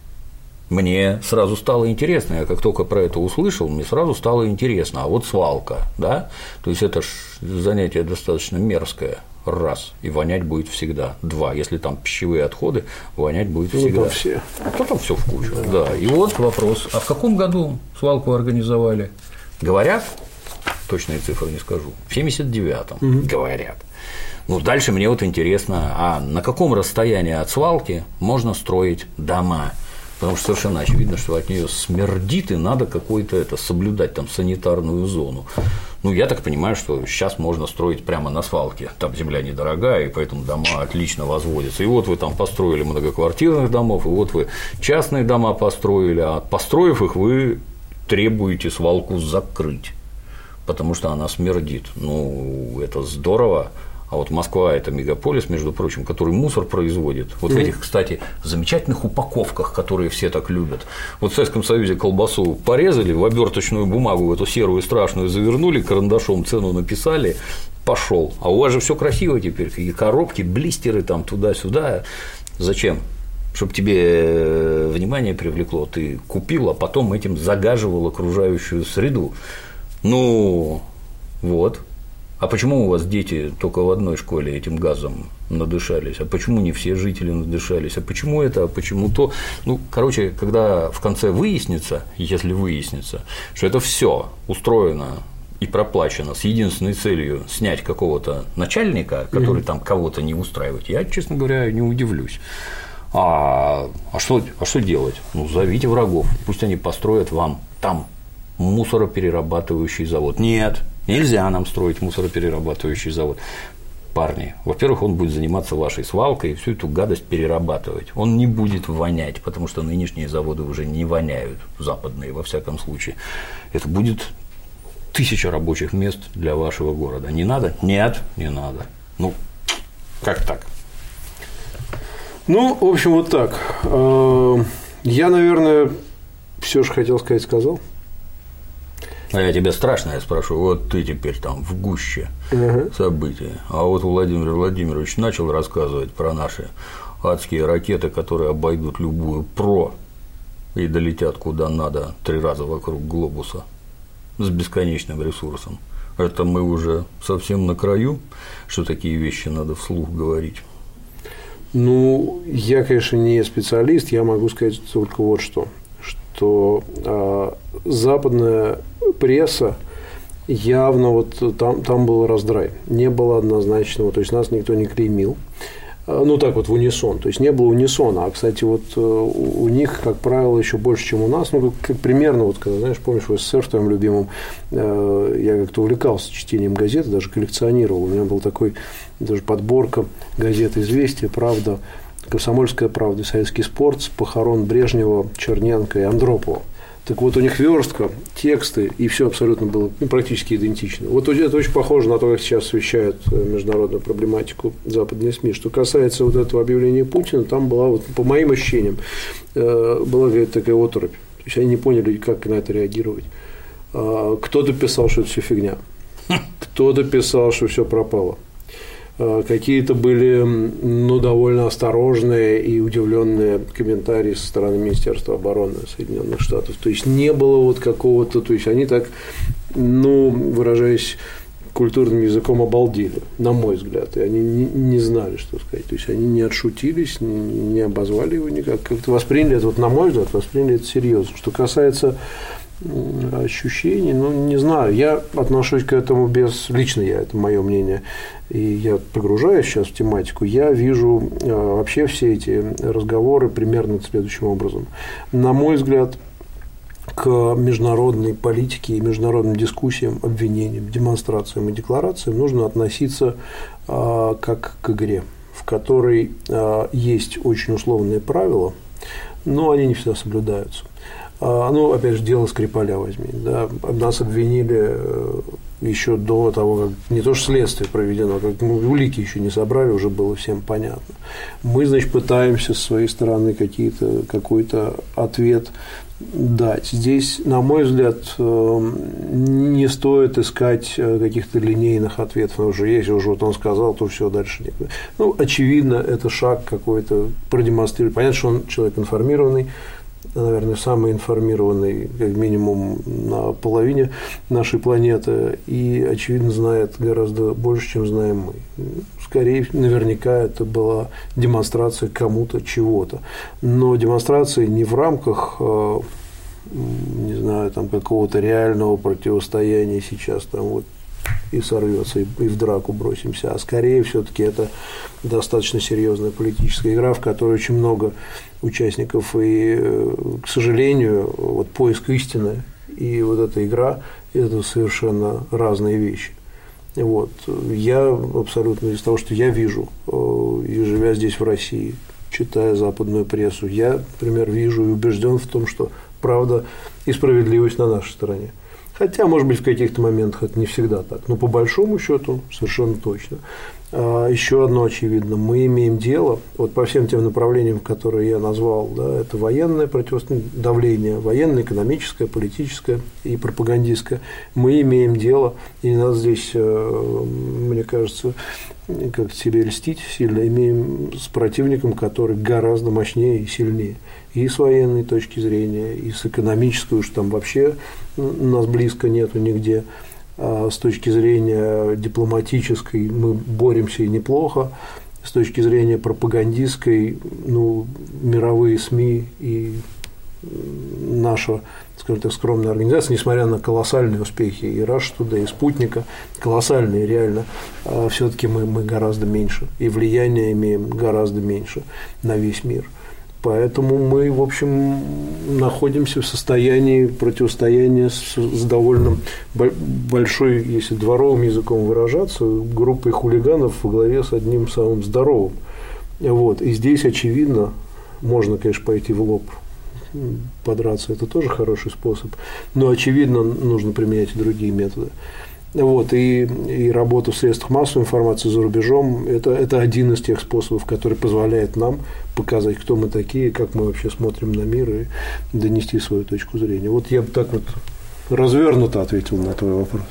Мне сразу стало интересно, я как только про это услышал, мне сразу стало интересно, а вот свалка, да, то есть это ж занятие достаточно мерзкое, раз, и вонять будет всегда, два, если там пищевые отходы, вонять будет всегда. Ну, там все. А то там все в кучу, да. да, и вот вопрос, а в каком году свалку организовали? Говорят, точные цифры не скажу, в семьдесят девятом, угу. говорят. Ну, дальше мне вот интересно, а на каком расстоянии от свалки можно строить дома? Потому что совершенно очевидно, что от нее смердит, и надо какой-то это соблюдать там санитарную зону. Ну, я так понимаю, что сейчас можно строить прямо на свалке. Там земля недорогая, и поэтому дома отлично возводятся. И вот вы там построили многоквартирных домов, и вот вы частные дома построили, а построив их, вы требуете свалку закрыть, потому что она смердит. Ну, это здорово. А вот Москва – это мегаполис, между прочим, который мусор производит. Вот mm-hmm. в этих, кстати, замечательных упаковках, которые все так любят. Вот в Советском Союзе колбасу порезали, в оберточную бумагу, в эту серую страшную завернули, карандашом цену написали, пошел. А у вас же все красиво теперь, какие коробки, блистеры там туда-сюда. Зачем? Чтобы тебе внимание привлекло, ты купил, а потом этим загаживал окружающую среду. Ну, вот. А почему у вас дети только в одной школе этим газом надышались? А почему не все жители надышались? А почему это? А почему то? Ну, короче, когда в конце выяснится, если выяснится, что это все устроено и проплачено с единственной целью снять какого-то начальника, который mm-hmm. там кого-то не устраивает, я, честно говоря, не удивлюсь. А, а, что, а что делать? Ну, зовите врагов, пусть они построят вам там мусороперерабатывающий завод. Нет, нельзя нам строить мусороперерабатывающий завод. Парни, во-первых, он будет заниматься вашей свалкой и всю эту гадость перерабатывать. Он не будет вонять, потому что нынешние заводы уже не воняют, западные, во всяком случае. Это будет тысяча рабочих мест для вашего города. Не надо? Нет, не надо. Ну, как так? Ну, в общем, вот так. Я, наверное, все же хотел сказать, сказал. А я тебя страшное спрошу, вот ты теперь там в гуще uh-huh. событий, а вот Владимир Владимирович начал рассказывать про наши адские ракеты, которые обойдут любую ПРО и долетят куда надо три раза вокруг глобуса с бесконечным ресурсом. Это мы уже совсем на краю, что такие вещи надо вслух говорить. Ну, я, конечно, не специалист, я могу сказать только вот что, что э, западная пресса явно вот там, там был раздрай, не было однозначного, то есть нас никто не клеймил, ну так вот в унисон, то есть не было унисона, а, кстати, вот у них, как правило, еще больше, чем у нас, ну как, как примерно, вот когда, знаешь, помнишь, в СССР в твоем любимом, я как-то увлекался чтением газеты, даже коллекционировал, у меня был такой даже подборка газет «Известия», «Правда», «Комсомольская правда», «Советский спорт», с похорон Брежнева, Черненко и Андропова. Так вот, у них верстка, тексты, и все абсолютно было ну, практически идентично. Вот это очень похоже на то, как сейчас освещают международную проблематику западные СМИ. Что касается вот этого объявления Путина, там была, вот, по моим ощущениям, была какая-то такая оторопь. То есть они не поняли, как на это реагировать. Кто-то писал, что это все фигня, кто-то писал, что все пропало. Какие-то были ну, довольно осторожные и удивленные комментарии со стороны Министерства обороны Соединенных Штатов. То есть не было вот какого-то, то есть они так, ну, выражаясь культурным языком, обалдели, на мой взгляд, и они не, не знали, что сказать. То есть они не отшутились, не, не обозвали его никак, как-то восприняли это, вот, на мой взгляд, восприняли это серьезно. Что касается ощущений, ну, не знаю, я отношусь к этому без, лично я, это мое мнение, и я погружаюсь сейчас в тематику, я вижу вообще все эти разговоры примерно следующим образом. На мой взгляд, к международной политике и международным дискуссиям, обвинениям, демонстрациям и декларациям нужно относиться а, как к игре, в которой а, есть очень условные правила, но они не всегда соблюдаются. Ну, опять же, дело Скрипаля возьми. Да, нас обвинили еще до того, как не то что следствие проведено, как мы улики еще не собрали, уже было всем понятно. Мы, значит, пытаемся с своей стороны какие-то, какой-то ответ дать. Здесь, на мой взгляд, не стоит искать каких-то линейных ответов, потому что если уже вот он сказал, то все, дальше нет. Ну, очевидно, это шаг какой-то продемонстрировать. Понятно, что он человек информированный, наверное, самый информированный, как минимум, на половине нашей планеты, и, очевидно, знает гораздо больше, чем знаем мы. Скорее, наверняка, это была демонстрация кому-то чего-то. Но демонстрация не в рамках, не знаю, там, какого-то реального противостояния сейчас, там, вот, и сорвется, и в драку бросимся, а скорее все-таки это достаточно серьезная политическая игра, в которой очень много участников, и, к сожалению, вот поиск истины и вот эта игра – это совершенно разные вещи. Вот. Я абсолютно из того, что я вижу, и живя здесь в России, читая западную прессу, я, например, вижу и убежден в том, что правда и справедливость на нашей стороне. Хотя, может быть, в каких-то моментах это не всегда так, но по большому счету совершенно точно. Еще одно очевидно, мы имеем дело, вот по всем тем направлениям, которые я назвал, да, это военное противостояние, давление, военное, экономическое, политическое и пропагандистское, мы имеем дело, и не надо здесь, мне кажется, как-то себе льстить сильно, имеем с противником, который гораздо мощнее и сильнее, и с военной точки зрения, и с экономической, уж там вообще нас близко нету нигде. С точки зрения дипломатической мы боремся и неплохо, с точки зрения пропагандистской, ну, мировые СМИ и наша, скажем так, скромная организация, несмотря на колоссальные успехи и Russia Today, и Спутника, колоссальные реально, все-таки мы, мы гораздо меньше, и влияние имеем гораздо меньше на весь мир. Поэтому мы, в общем, находимся в состоянии противостояния с, с довольно большой, если дворовым языком выражаться, группой хулиганов во главе с одним самым здоровым. Вот. И здесь, очевидно, можно, конечно, пойти в лоб, подраться, это тоже хороший способ, но, очевидно, нужно применять и другие методы. Вот, и, и работа в средствах массовой информации за рубежом это, – это один из тех способов, который позволяет нам показать, кто мы такие, как мы вообще смотрим на мир и донести свою точку зрения. Вот я бы так вот развернуто ответил на твой вопрос.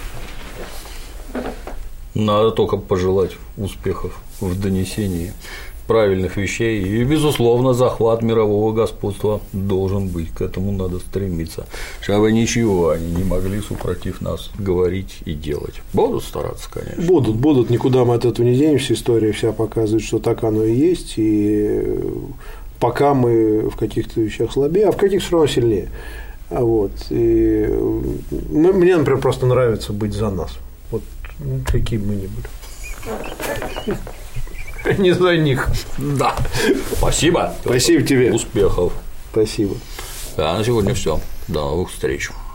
Надо только пожелать успехов в донесении правильных вещей, и, безусловно, захват мирового господства должен быть, к этому надо стремиться, чтобы ничего они не могли супротив нас говорить и делать. Будут стараться, конечно. Будут, будут, никуда мы от этого не денемся, история вся показывает, что так оно и есть, и пока мы в каких-то вещах слабее, а в каких-то все равно сильнее. Вот. И мне, например, просто нравится быть за нас, вот какие бы мы ни были. Не за них. Да. Спасибо. Спасибо тебе. Успехов. Спасибо. А на сегодня все. До новых встреч.